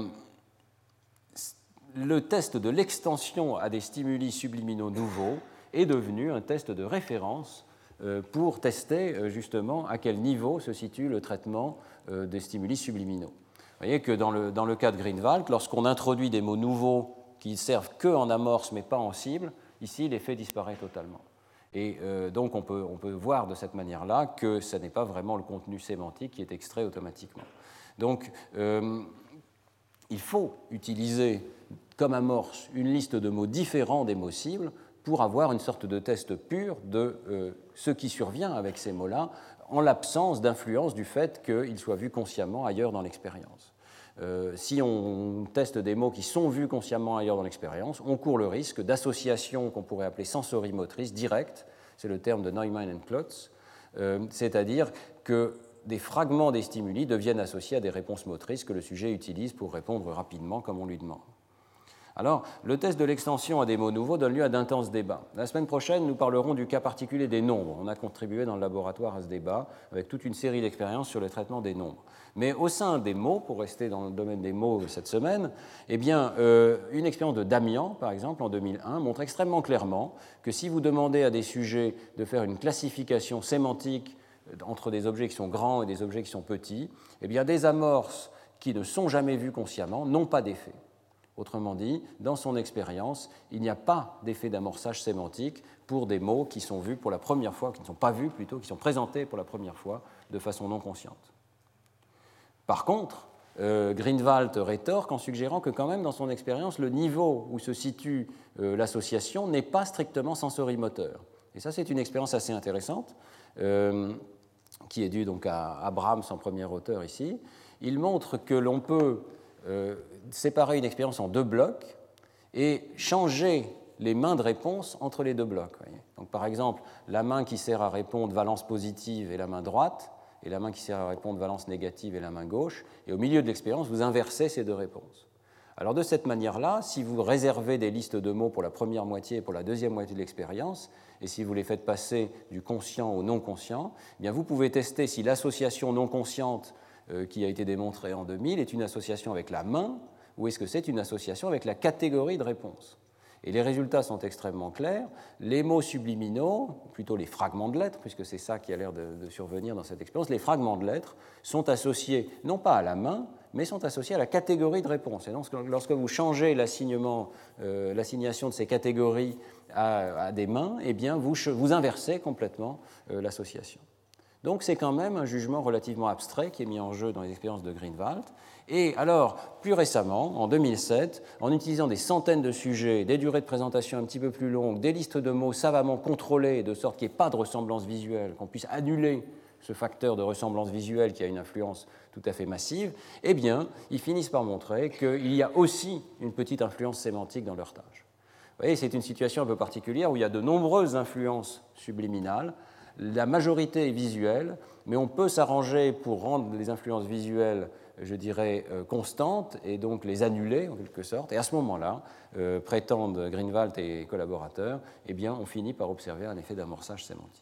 le test de l'extension à des stimuli subliminaux nouveaux est devenu un test de référence pour tester justement à quel niveau se situe le traitement des stimuli subliminaux. Vous voyez que dans le cas de Greenwald, lorsqu'on introduit des mots nouveaux qui servent qu'en amorce mais pas en cible, ici l'effet disparaît totalement. Et donc on peut voir de cette manière-là que ce n'est pas vraiment le contenu sémantique qui est extrait automatiquement. Donc, il faut utiliser comme amorce une liste de mots différents des mots cibles pour avoir une sorte de test pur de ce qui survient avec ces mots-là, en l'absence d'influence du fait qu'ils soient vus consciemment ailleurs dans l'expérience. Si on teste des mots qui sont vus consciemment ailleurs dans l'expérience, on court le risque d'association qu'on pourrait appeler sensorimotrice directe, c'est le terme de Neumann et Klotz, c'est-à-dire que des fragments des stimuli deviennent associés à des réponses motrices que le sujet utilise pour répondre rapidement comme on lui demande. Alors, le test de l'extension à des mots nouveaux donne lieu à d'intenses débats. La semaine prochaine, nous parlerons du cas particulier des nombres. On a contribué dans le laboratoire à ce débat avec toute une série d'expériences sur le traitement des nombres. Mais au sein des mots, pour rester dans le domaine des mots cette semaine, eh bien, une expérience de Damian, par exemple, en 2001, montre extrêmement clairement que si vous demandez à des sujets de faire une classification sémantique entre des objets qui sont grands et des objets qui sont petits, eh bien, des amorces qui ne sont jamais vues consciemment n'ont pas d'effet. Autrement dit, dans son expérience, il n'y a pas d'effet d'amorçage sémantique pour des mots qui sont vus pour la première fois, qui ne sont pas vus plutôt, qui sont présentés pour la première fois de façon non consciente. Par contre, Greenwald rétorque en suggérant que quand même dans son expérience, le niveau où se situe l'association n'est pas strictement sensorimoteur. Et ça, c'est une expérience assez intéressante, qui est due donc à Abrams en premier auteur ici. Il montre que l'on peut séparer une expérience en deux blocs et changer les mains de réponse entre les deux blocs. Donc, par exemple, la main qui sert à répondre valence positive est la main droite, et la main qui sert à répondre valence négative est la main gauche, et au milieu de l'expérience, vous inversez ces deux réponses. Alors, de cette manière-là, si vous réservez des listes de mots pour la première moitié et pour la deuxième moitié de l'expérience, et si vous les faites passer du conscient au non-conscient, eh bien vous pouvez tester si l'association non consciente qui a été démontrée en 2000 est une association avec la main ou est-ce que c'est une association avec la catégorie de réponse. Et les résultats sont extrêmement clairs. Les mots subliminaux, plutôt les fragments de lettres, puisque c'est ça qui a l'air de survenir dans cette expérience, les fragments de lettres sont associés non pas à la main, mais sont associés à la catégorie de réponse. Et donc, lorsque vous changez l'assignation de ces catégories à des mains, eh bien vous inversez complètement l'association. Donc c'est quand même un jugement relativement abstrait qui est mis en jeu dans les expériences de Greenwald. Et alors, plus récemment, en 2007, en utilisant des centaines de sujets, des durées de présentation un petit peu plus longues, des listes de mots savamment contrôlées, de sorte qu'il n'y ait pas de ressemblance visuelle, qu'on puisse annuler ce facteur de ressemblance visuelle qui a une influence tout à fait massive, eh bien, ils finissent par montrer qu'il y a aussi une petite influence sémantique dans leur tâche. Vous voyez, c'est une situation un peu particulière où il y a de nombreuses influences subliminales. La majorité est visuelle, mais on peut s'arranger pour rendre les influences visuelles, je dirais, constantes et donc les annuler en quelque sorte. Et à ce moment-là, prétendent Greenwald et collaborateurs, eh bien, on finit par observer un effet d'amorçage sémantique.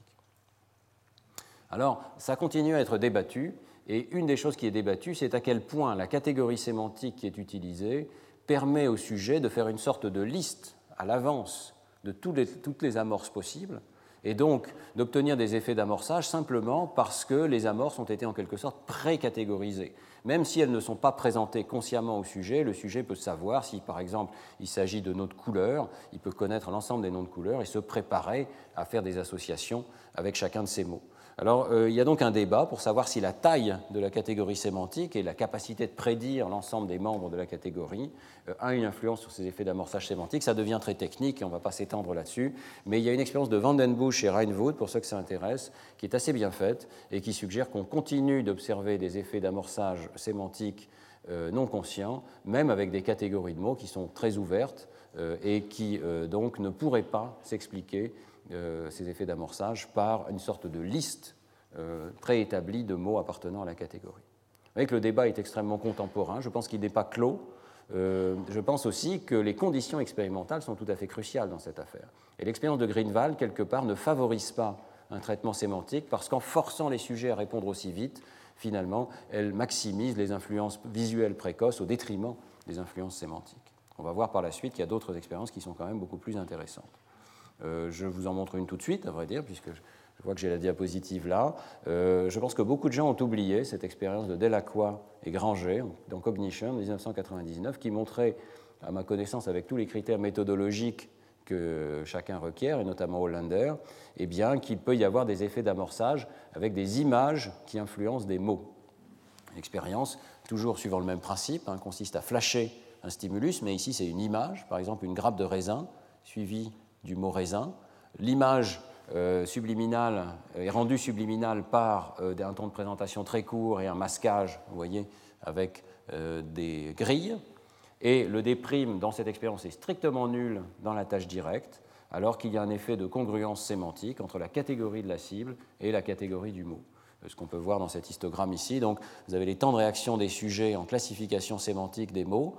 Alors, ça continue à être débattu, et une des choses qui est débattue, c'est à quel point la catégorie sémantique qui est utilisée permet au sujet de faire une sorte de liste à l'avance de toutes les amorces possibles, et donc d'obtenir des effets d'amorçage simplement parce que les amorces ont été en quelque sorte pré-catégorisées. Même si elles ne sont pas présentées consciemment au sujet, le sujet peut savoir si, par exemple, il s'agit de noms de couleurs, il peut connaître l'ensemble des noms de couleurs et se préparer à faire des associations avec chacun de ces mots. Alors, il y a donc un débat pour savoir si la taille de la catégorie sémantique et la capacité de prédire l'ensemble des membres de la catégorie a une influence sur ces effets d'amorçage sémantique. Ça devient très technique et on ne va pas s'étendre là-dessus, mais il y a une expérience de Vandenbusch et Reinwood, pour ceux que ça intéresse, qui est assez bien faite et qui suggère qu'on continue d'observer des effets d'amorçage sémantique non conscients, même avec des catégories de mots qui sont très ouvertes et qui donc ne pourraient pas s'expliquer ces effets d'amorçage par une sorte de liste préétablie de mots appartenant à la catégorie. Vous voyez que le débat est extrêmement contemporain, je pense qu'il n'est pas clos. Je pense aussi que les conditions expérimentales sont tout à fait cruciales dans cette affaire. Et l'expérience de Greenwald, quelque part, ne favorise pas un traitement sémantique parce qu'en forçant les sujets à répondre aussi vite, finalement, elle maximise les influences visuelles précoces au détriment des influences sémantiques. On va voir par la suite qu'il y a d'autres expériences qui sont quand même beaucoup plus intéressantes. Je vous en montre une tout de suite, à vrai dire, puisque je vois que j'ai la diapositive là. Je pense que beaucoup de gens ont oublié cette expérience de Delacroix et Granger dans Cognition en 1999, qui montrait, à ma connaissance, avec tous les critères méthodologiques que chacun requiert, et notamment Hollander, eh bien, qu'il peut y avoir des effets d'amorçage avec des images qui influencent des mots. L'expérience, toujours suivant le même principe, consiste à flasher un stimulus, mais ici c'est une image, par exemple une grappe de raisin suivie du mot raisin. L'image subliminale est rendue subliminale par un temps de présentation très court et un masquage, vous voyez, avec des grilles. Et le D' dans cette expérience est strictement nul dans la tâche directe, alors qu'il y a un effet de congruence sémantique entre la catégorie de la cible et la catégorie du mot. ce qu'on peut voir dans cet histogramme ici. Donc, vous avez les temps de réaction des sujets en classification sémantique des mots,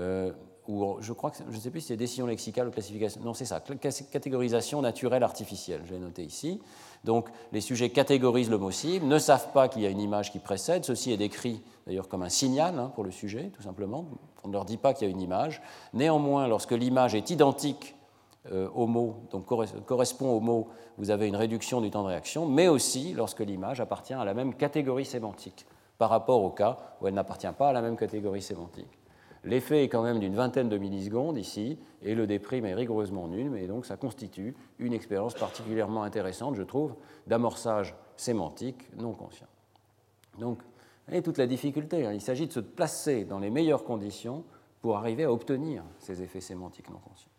ou je crois que, je ne sais plus si c'est décision lexicale ou classification, non c'est ça, catégorisation naturelle artificielle, je l'ai noté ici. Donc les sujets catégorisent le mot cible, ne savent pas qu'il y a une image qui précède, ceci est décrit d'ailleurs comme un signal pour le sujet, tout simplement, on ne leur dit pas qu'il y a une image. Néanmoins, lorsque l'image est identique au mot, donc correspond au mot, vous avez une réduction du temps de réaction, mais aussi lorsque l'image appartient à la même catégorie sémantique, par rapport au cas où elle n'appartient pas à la même catégorie sémantique. L'effet est quand même d'une vingtaine de millisecondes ici, et le D' est rigoureusement nul, mais donc ça constitue une expérience particulièrement intéressante, je trouve, d'amorçage sémantique non conscient. Donc, et toute la difficulté, il s'agit de se placer dans les meilleures conditions pour arriver à obtenir ces effets sémantiques non conscients.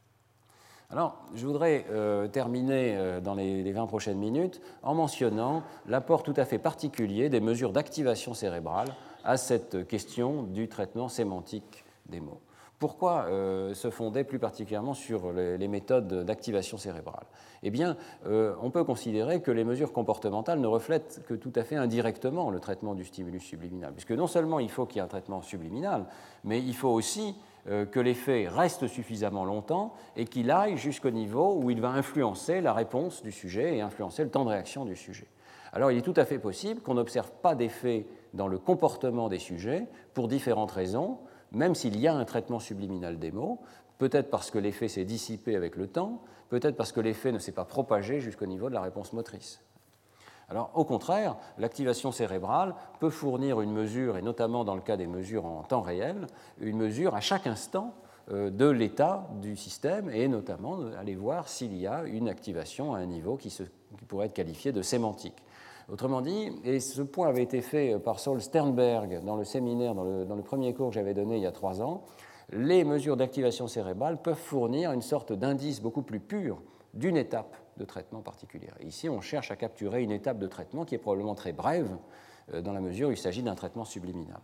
Alors, je voudrais terminer dans les 20 prochaines minutes en mentionnant l'apport tout à fait particulier des mesures d'activation cérébrale à cette question du traitement sémantique des mots. Pourquoi se fonder plus particulièrement sur les méthodes d'activation cérébrale? Eh bien, on peut considérer que les mesures comportementales ne reflètent que tout à fait indirectement le traitement du stimulus subliminal, puisque non seulement il faut qu'il y ait un traitement subliminal, mais il faut aussi que l'effet reste suffisamment longtemps et qu'il aille jusqu'au niveau où il va influencer la réponse du sujet et influencer le temps de réaction du sujet. Alors, il est tout à fait possible qu'on n'observe pas d'effet dans le comportement des sujets pour différentes raisons, même s'il y a un traitement subliminal des mots, peut-être parce que l'effet s'est dissipé avec le temps, peut-être parce que l'effet ne s'est pas propagé jusqu'au niveau de la réponse motrice. Alors, au contraire, l'activation cérébrale peut fournir une mesure, et notamment dans le cas des mesures en temps réel, une mesure à chaque instant de l'état du système, et notamment aller voir s'il y a une activation à un niveau qui pourrait être qualifié de sémantique. Autrement dit, et ce point avait été fait par Saul Sternberg dans le séminaire, dans le premier cours que j'avais donné il y a 3 ans, les mesures d'activation cérébrale peuvent fournir une sorte d'indice beaucoup plus pur d'une étape de traitement particulière. Et ici, on cherche à capturer une étape de traitement qui est probablement très brève, dans la mesure où il s'agit d'un traitement subliminal.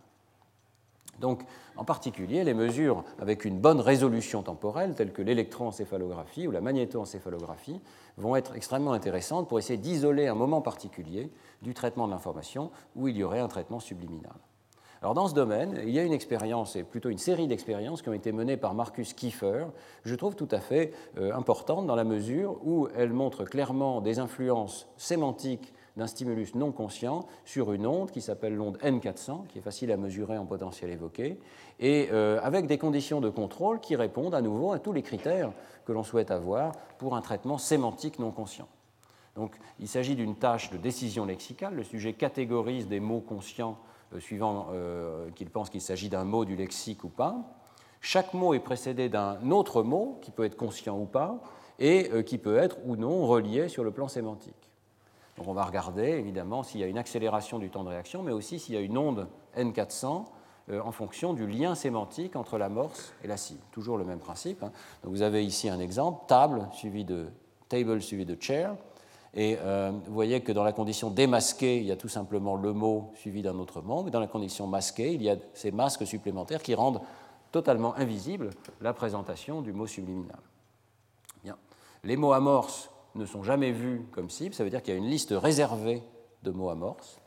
Donc, en particulier, les mesures avec une bonne résolution temporelle, telles que l'électroencéphalographie ou la magnétoencéphalographie, vont être extrêmement intéressantes pour essayer d'isoler un moment particulier du traitement de l'information où il y aurait un traitement subliminal. Alors, dans ce domaine, il y a une expérience, et plutôt une série d'expériences qui ont été menées par Marcus Kiefer, je trouve tout à fait importantes dans la mesure où elles montrent clairement des influences sémantiques d'un stimulus non conscient sur une onde qui s'appelle l'onde N400, qui est facile à mesurer en potentiel évoqué, et avec des conditions de contrôle qui répondent à nouveau à tous les critères que l'on souhaite avoir pour un traitement sémantique non conscient. Donc, il s'agit d'une tâche de décision lexicale. Le sujet catégorise des mots conscients suivant qu'il pense qu'il s'agit d'un mot du lexique ou pas. Chaque mot est précédé d'un autre mot qui peut être conscient ou pas et qui peut être ou non relié sur le plan sémantique. Donc on va regarder évidemment s'il y a une accélération du temps de réaction, mais aussi s'il y a une onde N400 en fonction du lien sémantique entre l'amorce et la cible. Toujours le même principe. Donc vous avez ici un exemple, table suivi de chair. Et vous voyez que dans la condition démasquée, il y a tout simplement le mot suivi d'un autre mot, mais dans la condition masquée, il y a ces masques supplémentaires qui rendent totalement invisible la présentation du mot subliminal. Bien. Les mots amorces ne sont jamais vus comme cible, ça veut dire qu'il y a une liste réservée de mots amorces,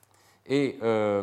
et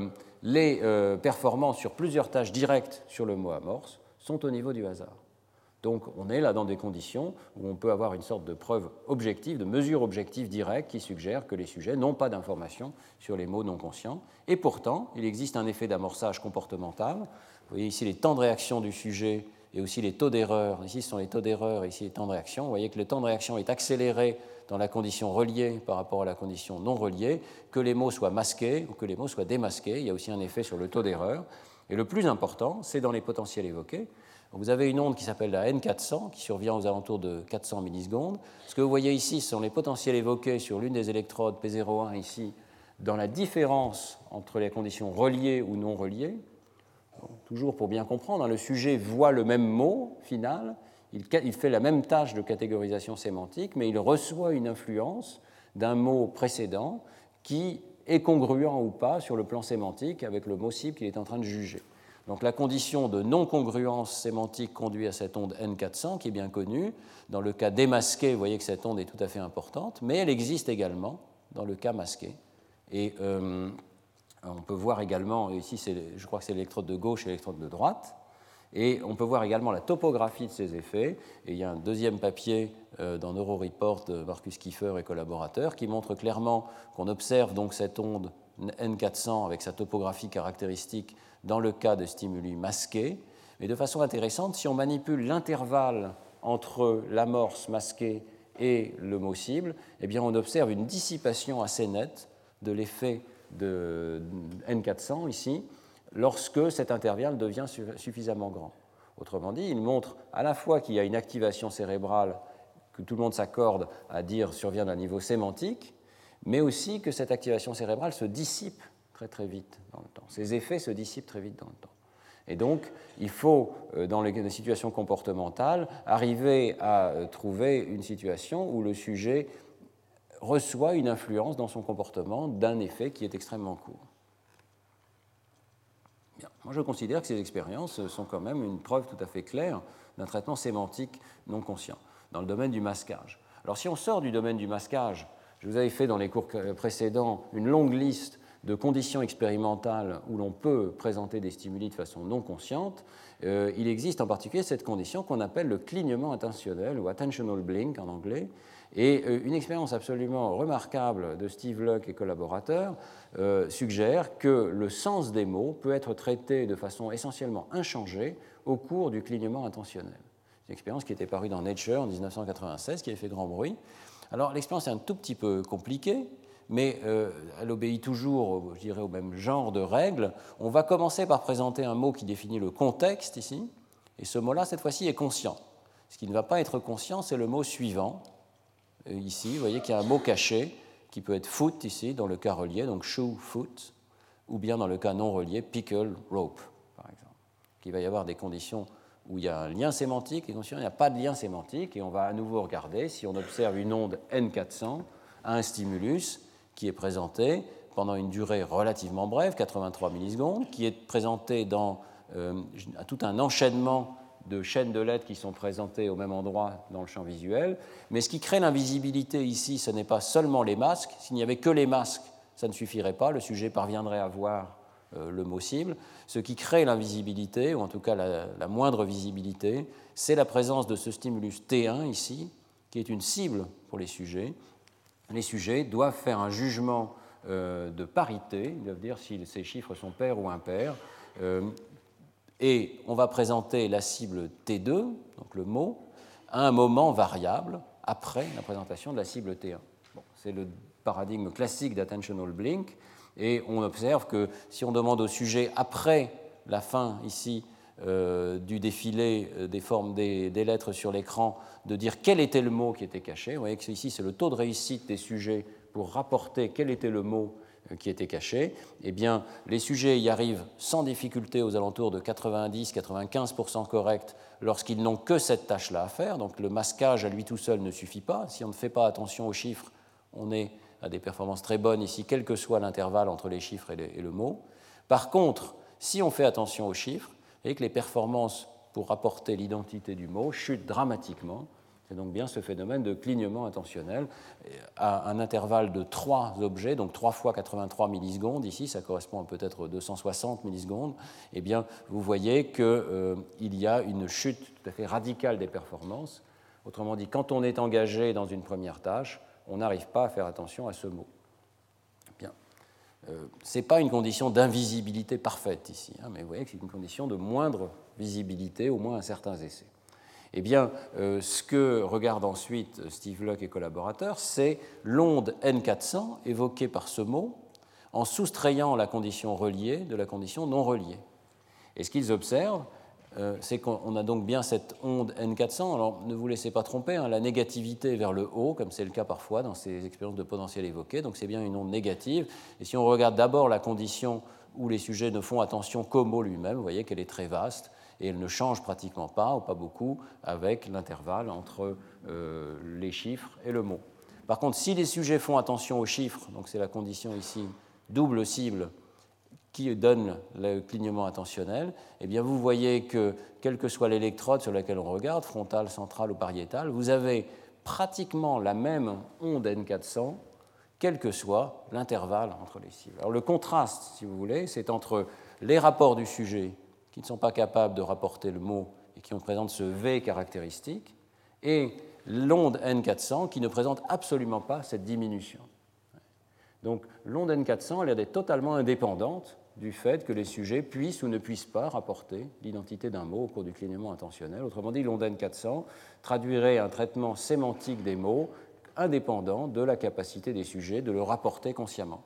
les performances sur plusieurs tâches directes sur le mot amorce sont au niveau du hasard. Donc on est là dans des conditions où on peut avoir une sorte de preuve objective, de mesure objective directe qui suggère que les sujets n'ont pas d'informations sur les mots non conscients. Et pourtant, il existe un effet d'amorçage comportemental. Vous voyez ici les temps de réaction du sujet et aussi les taux d'erreur. Ici, ce sont les taux d'erreur et ici les temps de réaction. Vous voyez que le temps de réaction est accéléré dans la condition reliée par rapport à la condition non reliée, que les mots soient masqués ou que les mots soient démasqués. Il y a aussi un effet sur le taux d'erreur. Et le plus important, c'est dans les potentiels évoqués. Vous avez une onde qui s'appelle la N400, qui survient aux alentours de 400 millisecondes. Ce que vous voyez ici, ce sont les potentiels évoqués sur l'une des électrodes P01 ici, dans la différence entre les conditions reliées ou non reliées. Donc, toujours pour bien comprendre, le sujet voit le même mot final, il fait la même tâche de catégorisation sémantique, mais il reçoit une influence d'un mot précédent qui est congruent ou pas sur le plan sémantique avec le mot cible qu'il est en train de juger. Donc la condition de non-congruence sémantique conduit à cette onde N400 qui est bien connue. Dans le cas démasqué, vous voyez que cette onde est tout à fait importante, mais elle existe également dans le cas masqué. Et on peut voir également, ici je crois que c'est l'électrode de gauche et l'électrode de droite, et on peut voir également la topographie de ces effets. Et il y a un deuxième papier dans NeuroReport de Marcus Kiefer et collaborateurs qui montre clairement qu'on observe donc cette onde N400 avec sa topographie caractéristique dans le cas de stimuli masqués. Mais de façon intéressante, si on manipule l'intervalle entre l'amorce masquée et le mot cible, eh bien on observe une dissipation assez nette de l'effet de N400 ici, lorsque cet intervalle devient suffisamment grand. Autrement dit, il montre à la fois qu'il y a une activation cérébrale que tout le monde s'accorde à dire survient d'un niveau sémantique, mais aussi que cette activation cérébrale se dissipe très très vite dans le temps. Ces effets se dissipent très vite dans le temps. Et donc, il faut, dans les situations comportementales, arriver à trouver une situation où le sujet reçoit une influence dans son comportement d'un effet qui est extrêmement court. Bien. Moi, je considère que ces expériences sont quand même une preuve tout à fait claire d'un traitement sémantique non conscient dans le domaine du masquage. Alors, si on sort du domaine du masquage, je vous avais fait dans les cours précédents une longue liste de conditions expérimentales où l'on peut présenter des stimuli de façon non consciente. Il existe en particulier cette condition qu'on appelle le clignement intentionnel ou attentional blink en anglais. Et une expérience absolument remarquable de Steve Luck et collaborateurs suggère que le sens des mots peut être traité de façon essentiellement inchangée au cours du clignement intentionnel. C'est une expérience qui était parue dans Nature en 1996, qui avait fait grand bruit. Alors l'expérience est un tout petit peu compliquée, mais elle obéit toujours, je dirais, au même genre de règles. On va commencer par présenter un mot qui définit le contexte ici, et ce mot-là, cette fois-ci, est conscient. Ce qui ne va pas être conscient, c'est le mot suivant. Ici, vous voyez qu'il y a un mot caché qui peut être foot ici, dans le cas relié, donc shoe, foot, ou bien dans le cas non relié, pickle, rope, par exemple. Il va y avoir des conditions où il y a un lien sémantique, et des conditions où il n'y a pas de lien sémantique, et on va à nouveau regarder si on observe une onde N400 à un stimulus qui est présenté pendant une durée relativement brève, 83 millisecondes, qui est présenté dans tout un enchaînement de chaînes de lettres qui sont présentées au même endroit dans le champ visuel. Mais ce qui crée l'invisibilité ici, ce n'est pas seulement les masques. S'il n'y avait que les masques, ça ne suffirait pas. Le sujet parviendrait à voir le mot cible. Ce qui crée l'invisibilité, ou en tout cas la moindre visibilité, c'est la présence de ce stimulus T1 ici, qui est une cible pour les sujets. Les sujets doivent faire un jugement de parité, ils doivent dire si ces chiffres sont pairs ou impairs. Et on va présenter la cible T2, donc le mot, à un moment variable après la présentation de la cible T1. Bon, c'est le paradigme classique d'attentional blink, et on observe que si on demande au sujet, après la fin ici du défilé des formes des lettres sur l'écran, de dire quel était le mot qui était caché, vous voyez que ici c'est le taux de réussite des sujets pour rapporter quel était le mot qui était caché, eh bien, les sujets y arrivent sans difficulté aux alentours de 90-95% corrects lorsqu'ils n'ont que cette tâche-là à faire. Donc le masquage à lui tout seul ne suffit pas. Si on ne fait pas attention aux chiffres, on est à des performances très bonnes ici, quel que soit l'intervalle entre les chiffres et le mot. Par contre, si on fait attention aux chiffres, vous voyez que les performances pour rapporter l'identité du mot chutent dramatiquement. C'est donc bien ce phénomène de clignement intentionnel à un intervalle de 3 objets, donc 3 fois 83 millisecondes, ici ça correspond à peut-être 260 millisecondes, eh bien vous voyez qu'il y a une chute tout à fait radicale des performances. Autrement dit, quand on est engagé dans une première tâche, on n'arrive pas à faire attention à ce mot. Bien. Ce n'est pas une condition d'invisibilité parfaite ici, mais vous voyez que c'est une condition de moindre visibilité, au moins à certains essais. Eh bien, ce que regarde ensuite Steve Luck et collaborateurs, c'est l'onde N400 évoquée par ce mot en soustrayant la condition reliée de la condition non reliée. Et ce qu'ils observent, c'est qu'on a donc bien cette onde N400. Alors, ne vous laissez pas tromper, la négativité vers le haut, comme c'est le cas parfois dans ces expériences de potentiel évoquées, donc c'est bien une onde négative. Et si on regarde d'abord la condition où les sujets ne font attention qu'au mot lui-même, vous voyez qu'elle est très vaste, et elle ne change pratiquement pas, ou pas beaucoup, avec l'intervalle entre les chiffres et le mot. Par contre, si les sujets font attention aux chiffres, donc c'est la condition ici, double cible, qui donne le clignement intentionnel, eh bien vous voyez que, quelle que soit l'électrode sur laquelle on regarde, frontale, centrale ou pariétale, vous avez pratiquement la même onde N400 quel que soit l'intervalle entre les cibles. Alors le contraste, si vous voulez, c'est entre les rapports du sujet qui ne sont pas capables de rapporter le mot et qui présentent ce V caractéristique, et l'onde N400 qui ne présente absolument pas cette diminution. Donc l'onde N400 elle est totalement indépendante du fait que les sujets puissent ou ne puissent pas rapporter l'identité d'un mot au cours du clignement intentionnel. Autrement dit, l'onde N400 traduirait un traitement sémantique des mots indépendant de la capacité des sujets de le rapporter consciemment.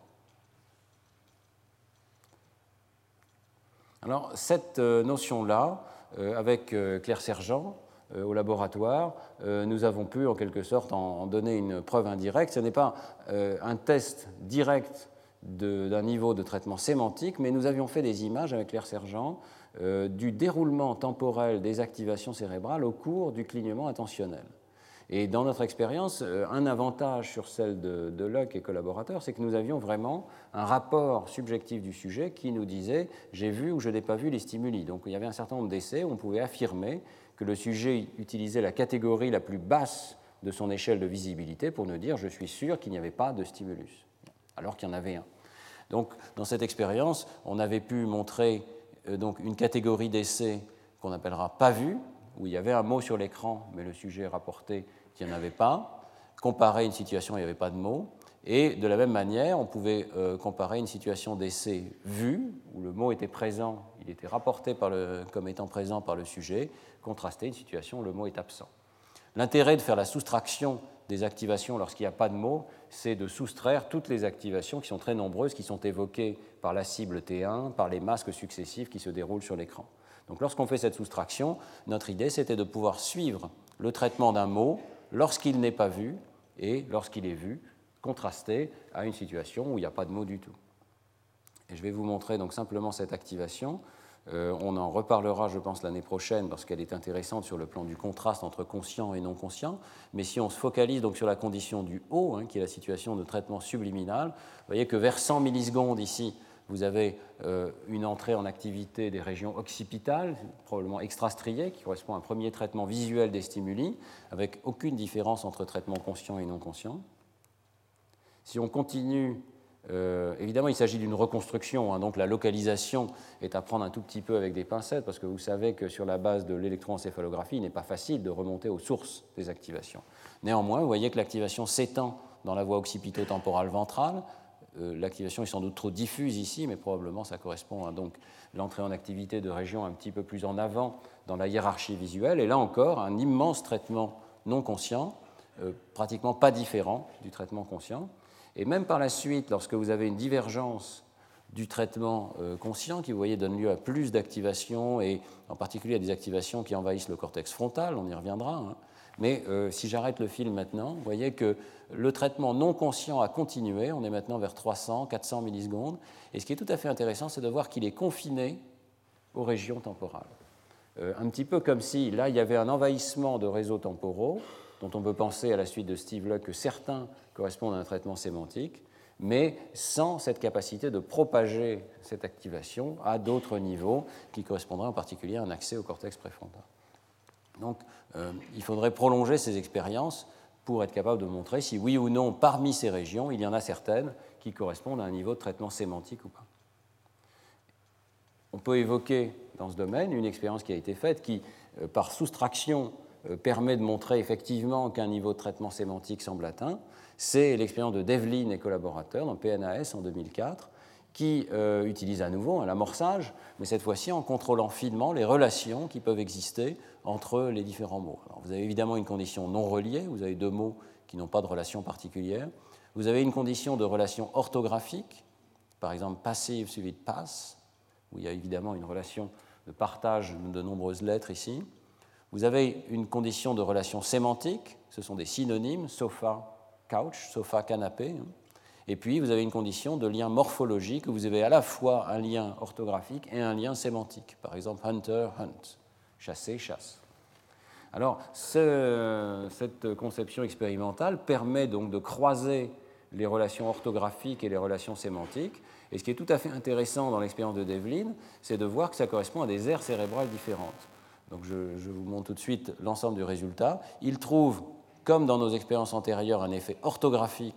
Alors, cette notion-là, avec Claire Sergent, au laboratoire, nous avons pu en quelque sorte en donner une preuve indirecte. Ce n'est pas un test direct d'un niveau de traitement sémantique, mais nous avions fait des images avec Claire Sergent du déroulement temporel des activations cérébrales au cours du clignement intentionnel. Et dans notre expérience, un avantage sur celle de Luck et collaborateurs, c'est que nous avions vraiment un rapport subjectif du sujet qui nous disait « j'ai vu ou je n'ai pas vu les stimuli ». Donc il y avait un certain nombre d'essais où on pouvait affirmer que le sujet utilisait la catégorie la plus basse de son échelle de visibilité pour nous dire « je suis sûr qu'il n'y avait pas de stimulus », alors qu'il y en avait un. Donc dans cette expérience, on avait pu montrer donc, une catégorie d'essais qu'on appellera « pas vu », où il y avait un mot sur l'écran, mais le sujet rapportait qu'il n'y en avait pas, comparer une situation où il n'y avait pas de mot, et de la même manière, on pouvait comparer une situation d'essai vu, où le mot était présent, il était rapporté comme étant présent par le sujet, contraster une situation où le mot est absent. L'intérêt de faire la soustraction des activations lorsqu'il n'y a pas de mot, c'est de soustraire toutes les activations qui sont très nombreuses, qui sont évoquées par la cible T1, par les masques successifs qui se déroulent sur l'écran. Donc lorsqu'on fait cette soustraction, notre idée c'était de pouvoir suivre le traitement d'un mot lorsqu'il n'est pas vu et lorsqu'il est vu, contrasté à une situation où il n'y a pas de mot du tout. Et je vais vous montrer donc simplement cette activation. On en reparlera, je pense, l'année prochaine parce qu'elle est intéressante sur le plan du contraste entre conscient et non conscient. Mais si on se focalise donc sur la condition du haut, qui est la situation de traitement subliminal, vous voyez que vers 100 millisecondes ici, vous avez une entrée en activité des régions occipitales, probablement extrastriées, qui correspond à un premier traitement visuel des stimuli, avec aucune différence entre traitement conscient et non conscient. Si on continue, évidemment, il s'agit d'une reconstruction, donc la localisation est à prendre un tout petit peu avec des pincettes, parce que vous savez que sur la base de l'électroencéphalographie, il n'est pas facile de remonter aux sources des activations. Néanmoins, vous voyez que l'activation s'étend dans la voie occipito-temporale ventrale. L'activation est sans doute trop diffuse ici, mais probablement ça correspond à donc l'entrée en activité de régions un petit peu plus en avant dans la hiérarchie visuelle. Et là encore, un immense traitement non conscient, pratiquement pas différent du traitement conscient. Et même par la suite, lorsque vous avez une divergence du traitement conscient qui, vous voyez, donne lieu à plus d'activations, et en particulier à des activations qui envahissent le cortex frontal, on y reviendra. Mais si j'arrête le film maintenant, vous voyez que le traitement non conscient a continué, on est maintenant vers 300, 400 millisecondes, et ce qui est tout à fait intéressant, c'est de voir qu'il est confiné aux régions temporales. Un petit peu comme si, là, il y avait un envahissement de réseaux temporaux, dont on peut penser à la suite de Steve Luck que certains correspondent à un traitement sémantique, mais sans cette capacité de propager cette activation à d'autres niveaux qui correspondraient en particulier à un accès au cortex préfrontal. Donc, il faudrait prolonger ces expériences pour être capable de montrer si oui ou non, parmi ces régions, il y en a certaines qui correspondent à un niveau de traitement sémantique ou pas. On peut évoquer dans ce domaine une expérience qui a été faite qui, par soustraction, permet de montrer effectivement qu'un niveau de traitement sémantique semble atteint. C'est l'expérience de Devlin et collaborateurs dans PNAS en 2004, qui utilise à nouveau l'amorçage, mais cette fois-ci en contrôlant finement les relations qui peuvent exister entre les différents mots. Alors, vous avez évidemment une condition non reliée, vous avez deux mots qui n'ont pas de relation particulière. Vous avez une condition de relation orthographique, par exemple passive suivi de pass, où il y a évidemment une relation de partage de nombreuses lettres ici. Vous avez une condition de relation sémantique, ce sont des synonymes, sofa, couch, sofa, canapé. Et puis, vous avez une condition de lien morphologique où vous avez à la fois un lien orthographique et un lien sémantique. Par exemple, hunter, hunt, chasser, chasse. Alors, cette conception expérimentale permet donc de croiser les relations orthographiques et les relations sémantiques. Et ce qui est tout à fait intéressant dans l'expérience de Devlin, c'est de voir que ça correspond à des aires cérébrales différentes. Donc, je vous montre tout de suite l'ensemble du résultat. Il trouve, comme dans nos expériences antérieures, un effet orthographique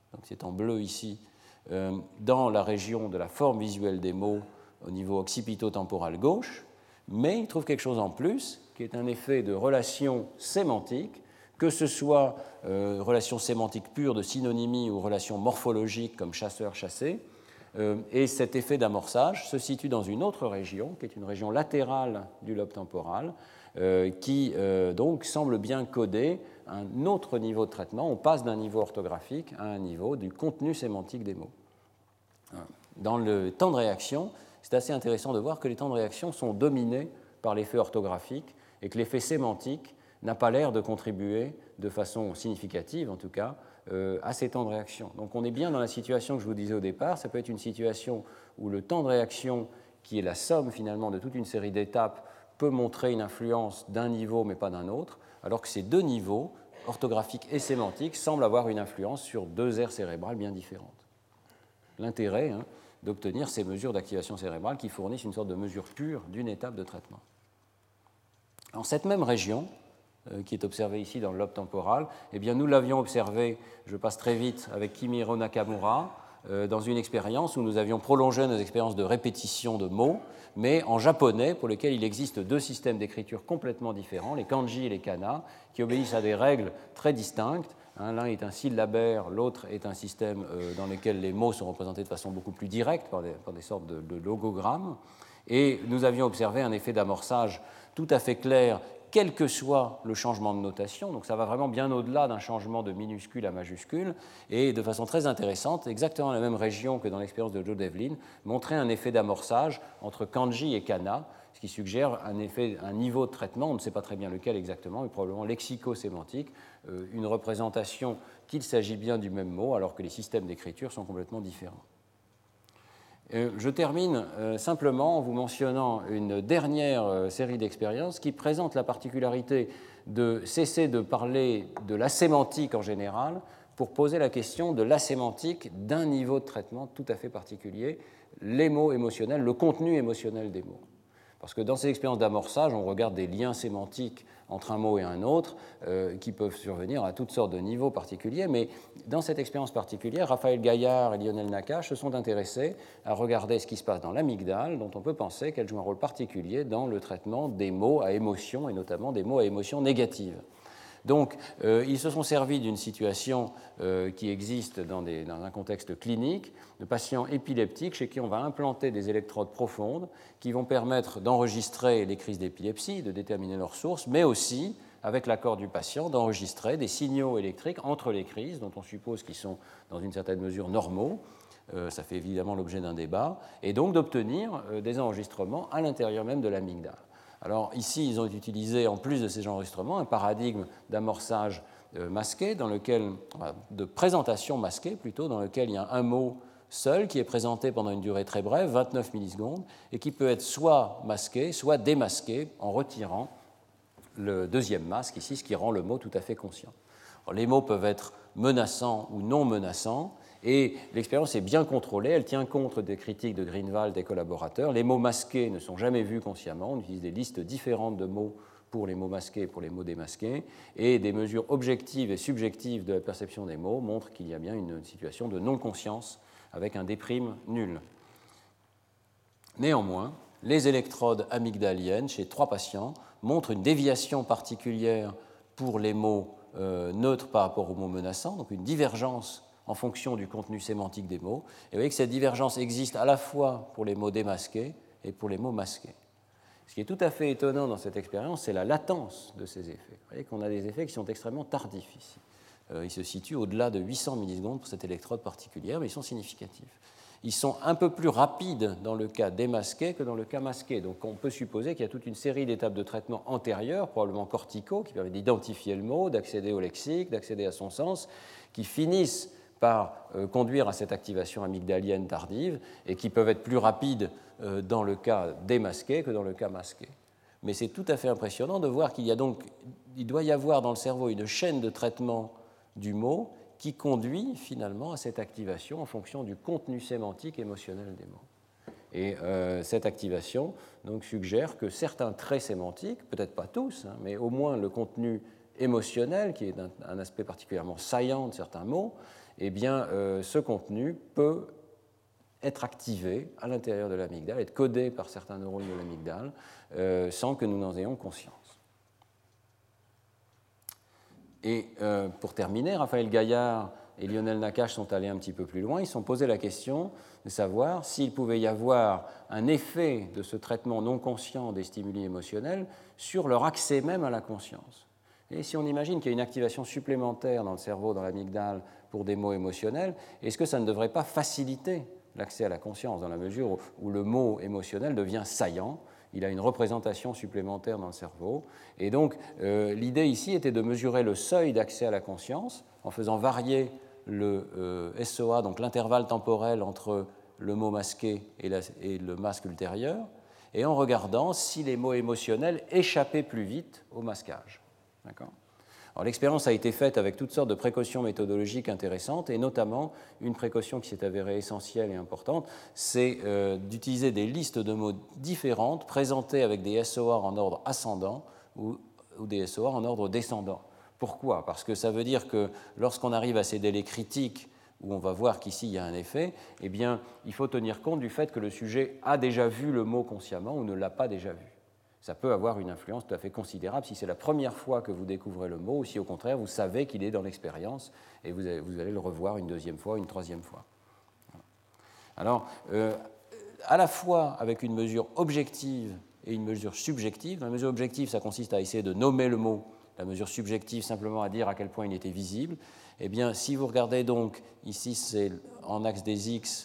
donc c'est en bleu ici, dans la région de la forme visuelle des mots au niveau occipito-temporal gauche, mais il trouve quelque chose en plus, qui est un effet de relation sémantique, que ce soit relation sémantique pure de synonymie ou relation morphologique comme chasseur-chassé. Et cet effet d'amorçage se situe dans une autre région, qui est une région latérale du lobe temporal, qui donc semble bien coder un autre niveau de traitement. On passe d'un niveau orthographique à un niveau du contenu sémantique des mots. Dans le temps de réaction, c'est assez intéressant de voir que les temps de réaction sont dominés par l'effet orthographique et que l'effet sémantique n'a pas l'air de contribuer de façon significative, en tout cas, à ces temps de réaction. Donc on est bien dans la situation que je vous disais au départ, ça peut être une situation où le temps de réaction, qui est la somme finalement de toute une série d'étapes, peut montrer une influence d'un niveau mais pas d'un autre, alors que ces deux niveaux, orthographique et sémantique, semblent avoir une influence sur deux aires cérébrales bien différentes. L'intérêt d'obtenir ces mesures d'activation cérébrale qui fournissent une sorte de mesure pure d'une étape de traitement. En cette même région, qui est observée ici dans le lobe temporal, eh bien, nous l'avions observé, je passe très vite, avec Kimihiro Nakamura, dans une expérience où nous avions prolongé nos expériences de répétition de mots, mais en japonais, pour lesquels il existe deux systèmes d'écriture complètement différents, les kanji et les kana, qui obéissent à des règles très distinctes. L'un est un syllabaire, l'autre est un système dans lequel les mots sont représentés de façon beaucoup plus directe par des sortes de logogrammes. Et nous avions observé un effet d'amorçage tout à fait clair, quel que soit le changement de notation. Donc ça va vraiment bien au-delà d'un changement de minuscule à majuscule. Et de façon très intéressante, exactement la même région que dans l'expérience de Joe Devlin, montrait un effet d'amorçage entre kanji et kana, ce qui suggère un niveau de traitement, on ne sait pas très bien lequel exactement, mais probablement lexico-sémantique, une représentation qu'il s'agit bien du même mot, alors que les systèmes d'écriture sont complètement différents. Je termine simplement en vous mentionnant une dernière série d'expériences qui présente la particularité de cesser de parler de la sémantique en général pour poser la question de la sémantique d'un niveau de traitement tout à fait particulier, les mots émotionnels, le contenu émotionnel des mots. Parce que dans ces expériences d'amorçage, on regarde des liens sémantiques entre un mot et un autre qui peuvent survenir à toutes sortes de niveaux particuliers, mais dans cette expérience particulière, Raphaël Gaillard et Lionel Nakache se sont intéressés à regarder ce qui se passe dans l'amygdale, dont on peut penser qu'elle joue un rôle particulier dans le traitement des mots à émotion, et notamment des mots à émotion négative. Donc, ils se sont servis d'une situation qui existe dans un contexte clinique, de patients épileptiques chez qui on va implanter des électrodes profondes qui vont permettre d'enregistrer les crises d'épilepsie, de déterminer leur source, mais aussi, avec l'accord du patient, d'enregistrer des signaux électriques entre les crises, dont on suppose qu'ils sont dans une certaine mesure normaux. Ça fait évidemment l'objet d'un débat, et donc d'obtenir des enregistrements à l'intérieur même de l'amygdale. Alors ici, ils ont utilisé, en plus de ces enregistrements, un paradigme d'amorçage masqué, de présentation masquée plutôt, dans lequel il y a un mot seul qui est présenté pendant une durée très brève, 29 millisecondes, et qui peut être soit masqué, soit démasqué en retirant le deuxième masque ici, ce qui rend le mot tout à fait conscient. Alors, les mots peuvent être menaçants ou non menaçants, et l'expérience est bien contrôlée, elle tient compte des critiques de Greenwald et collaborateurs. Les mots masqués ne sont jamais vus consciemment, on utilise des listes différentes de mots pour les mots masqués et pour les mots démasqués, et des mesures objectives et subjectives de la perception des mots montrent qu'il y a bien une situation de non-conscience avec un D' nul. Néanmoins, les électrodes amygdaliennes chez 3 patients montrent une déviation particulière pour les mots neutres par rapport aux mots menaçants, donc une divergence en fonction du contenu sémantique des mots. Et vous voyez que cette divergence existe à la fois pour les mots démasqués et pour les mots masqués. Ce qui est tout à fait étonnant dans cette expérience, c'est la latence de ces effets. Vous voyez qu'on a des effets qui sont extrêmement tardifs ici. Ils se situent au-delà de 800 millisecondes pour cette électrode particulière, mais ils sont significatifs. Ils sont un peu plus rapides dans le cas démasqué que dans le cas masqué. Donc on peut supposer qu'il y a toute une série d'étapes de traitement antérieures, probablement corticaux, qui permettent d'identifier le mot, d'accéder au lexique, d'accéder à son sens, qui finissent par conduire à cette activation amygdalienne tardive et qui peuvent être plus rapides dans le cas démasqué que dans le cas masqué. Mais c'est tout à fait impressionnant de voir qu'il doit y avoir dans le cerveau une chaîne de traitement du mot qui conduit finalement à cette activation en fonction du contenu sémantique émotionnel des mots. Et cette activation donc, suggère que certains traits sémantiques, peut-être pas tous, mais au moins le contenu émotionnel, qui est un aspect particulièrement saillant de certains mots, eh bien, ce contenu peut être activé à l'intérieur de l'amygdale, être codé par certains neurones de l'amygdale, sans que nous n'en ayons conscience. Et pour terminer, Raphaël Gaillard et Lionel Nakache sont allés un petit peu plus loin. Ils se sont posé la question de savoir s'il pouvait y avoir un effet de ce traitement non conscient des stimuli émotionnels sur leur accès même à la conscience. Et si on imagine qu'il y a une activation supplémentaire dans le cerveau, dans l'amygdale, pour des mots émotionnels, est-ce que ça ne devrait pas faciliter l'accès à la conscience, dans la mesure où le mot émotionnel devient saillant, il a une représentation supplémentaire dans le cerveau. Et donc, l'idée ici était de mesurer le seuil d'accès à la conscience en faisant varier le SOA, donc l'intervalle temporel entre le mot masqué et le masque ultérieur, et en regardant si les mots émotionnels échappaient plus vite au masquage. D'accord ? Alors, l'expérience a été faite avec toutes sortes de précautions méthodologiques intéressantes, et notamment une précaution qui s'est avérée essentielle et importante, c'est d'utiliser des listes de mots différentes présentées avec des SOA en ordre ascendant ou des SOA en ordre descendant. Pourquoi ? Parce que ça veut dire que lorsqu'on arrive à ces délais critiques, où on va voir qu'ici il y a un effet, eh bien, il faut tenir compte du fait que le sujet a déjà vu le mot consciemment ou ne l'a pas déjà vu. Ça peut avoir une influence tout à fait considérable si c'est la première fois que vous découvrez le mot ou si au contraire vous savez qu'il est dans l'expérience et vous allez le revoir une deuxième fois, une troisième fois. Alors, à la fois avec une mesure objective et une mesure subjective, la mesure objective, ça consiste à essayer de nommer le mot, la mesure subjective simplement à dire à quel point il était visible. Eh bien, si vous regardez donc, ici c'est en axe des X,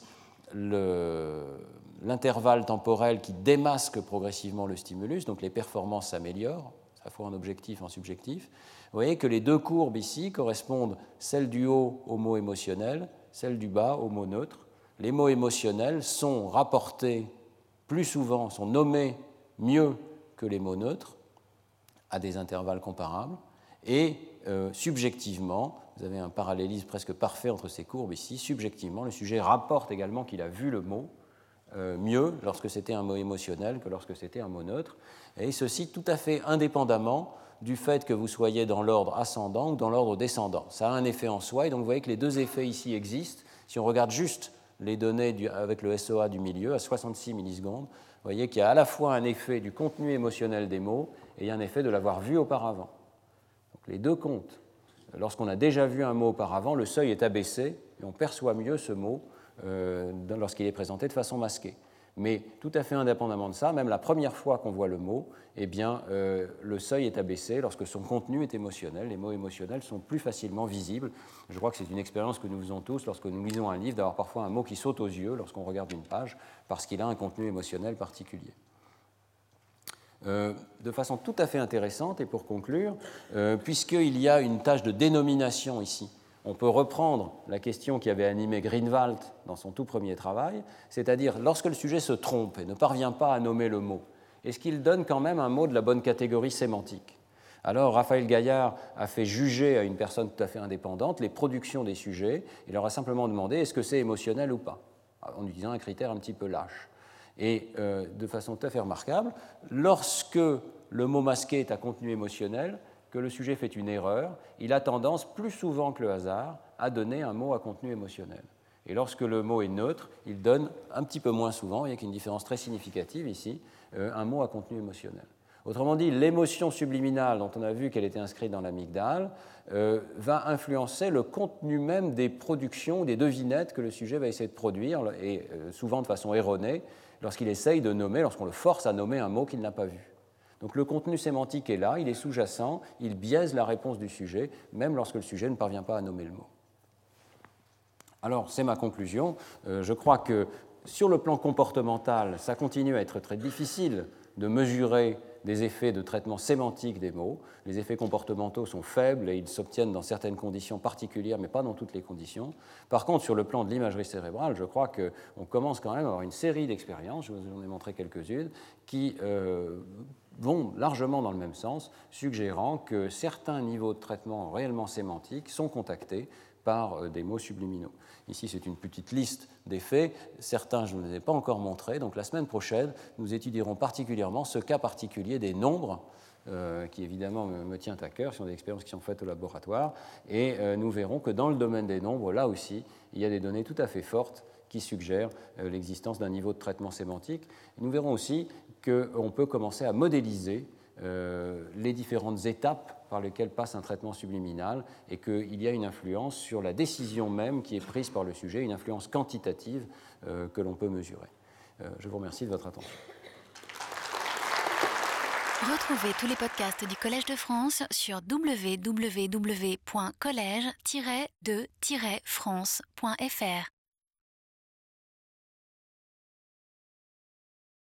l'intervalle temporel qui démasque progressivement le stimulus, donc les performances s'améliorent, à la fois en objectif et en subjectif. Vous voyez que les deux courbes ici correspondent, celle du haut au mot émotionnel, celle du bas au mot neutre. Les mots émotionnels sont rapportés plus souvent, sont nommés mieux que les mots neutres, à des intervalles comparables, et subjectivement, vous avez un parallélisme presque parfait entre ces courbes ici, subjectivement, le sujet rapporte également qu'il a vu le mot, mieux lorsque c'était un mot émotionnel que lorsque c'était un mot neutre, et ceci tout à fait indépendamment du fait que vous soyez dans l'ordre ascendant ou dans l'ordre descendant. Ça a un effet en soi, et donc vous voyez que les deux effets ici existent. Si on regarde juste les données avec le SOA du milieu, à 66 millisecondes, vous voyez qu'il y a à la fois un effet du contenu émotionnel des mots et un effet de l'avoir vu auparavant. Donc les deux comptent. Lorsqu'on a déjà vu un mot auparavant, le seuil est abaissé et on perçoit mieux ce mot lorsqu'il est présenté de façon masquée. Mais tout à fait indépendamment de ça, même la première fois qu'on voit le mot, eh bien, le seuil est abaissé lorsque son contenu est émotionnel. Les mots émotionnels sont plus facilement visibles. Je crois que c'est une expérience que nous faisons tous lorsque nous lisons un livre, d'avoir parfois un mot qui saute aux yeux lorsqu'on regarde une page, parce qu'il a un contenu émotionnel particulier. De façon tout à fait intéressante, et pour conclure, puisqu'il y a une tâche de dénomination ici, on peut reprendre la question qui avait animé Greenwald dans son tout premier travail, c'est-à-dire lorsque le sujet se trompe et ne parvient pas à nommer le mot, est-ce qu'il donne quand même un mot de la bonne catégorie sémantique ? Alors Raphaël Gaillard a fait juger à une personne tout à fait indépendante les productions des sujets, il leur a simplement demandé est-ce que c'est émotionnel ou pas, en utilisant un critère un petit peu lâche. Et de façon tout à fait remarquable, lorsque le mot masqué est à contenu émotionnel, que le sujet fait une erreur, il a tendance, plus souvent que le hasard, à donner un mot à contenu émotionnel. Et lorsque le mot est neutre, il donne un petit peu moins souvent, il y a une différence très significative ici, un mot à contenu émotionnel. Autrement dit, l'émotion subliminale, dont on a vu qu'elle était inscrite dans l'amygdale, va influencer le contenu même des productions, des devinettes que le sujet va essayer de produire, et souvent de façon erronée, lorsqu'il essaye de nommer, lorsqu'on le force à nommer un mot qu'il n'a pas vu. Donc le contenu sémantique est là, il est sous-jacent, il biaise la réponse du sujet, même lorsque le sujet ne parvient pas à nommer le mot. Alors, c'est ma conclusion. Je crois que sur le plan comportemental, ça continue à être très difficile de mesurer des effets de traitement sémantique des mots. Les effets comportementaux sont faibles et ils s'obtiennent dans certaines conditions particulières, mais pas dans toutes les conditions. Par contre, sur le plan de l'imagerie cérébrale, je crois qu'on commence quand même à avoir une série d'expériences, je vous en ai montré quelques-unes, qui vont largement dans le même sens, suggérant que certains niveaux de traitement réellement sémantiques sont contactés par des mots subliminaux. Ici, c'est une petite liste d'effets. Certains, je ne vous les ai pas encore montrés. Donc, la semaine prochaine, nous étudierons particulièrement ce cas particulier des nombres qui évidemment me tient à cœur, ce sont des expériences qui sont faites au laboratoire, et nous verrons que dans le domaine des nombres, là aussi, il y a des données tout à fait fortes qui suggèrent l'existence d'un niveau de traitement sémantique. Nous verrons aussi qu'on peut commencer à modéliser les différentes étapes par lesquelles passe un traitement subliminal et qu'il y a une influence sur la décision même qui est prise par le sujet, une influence quantitative que l'on peut mesurer. Je vous remercie de votre attention. Retrouvez tous les podcasts du Collège de France sur www.collège-de-france.fr.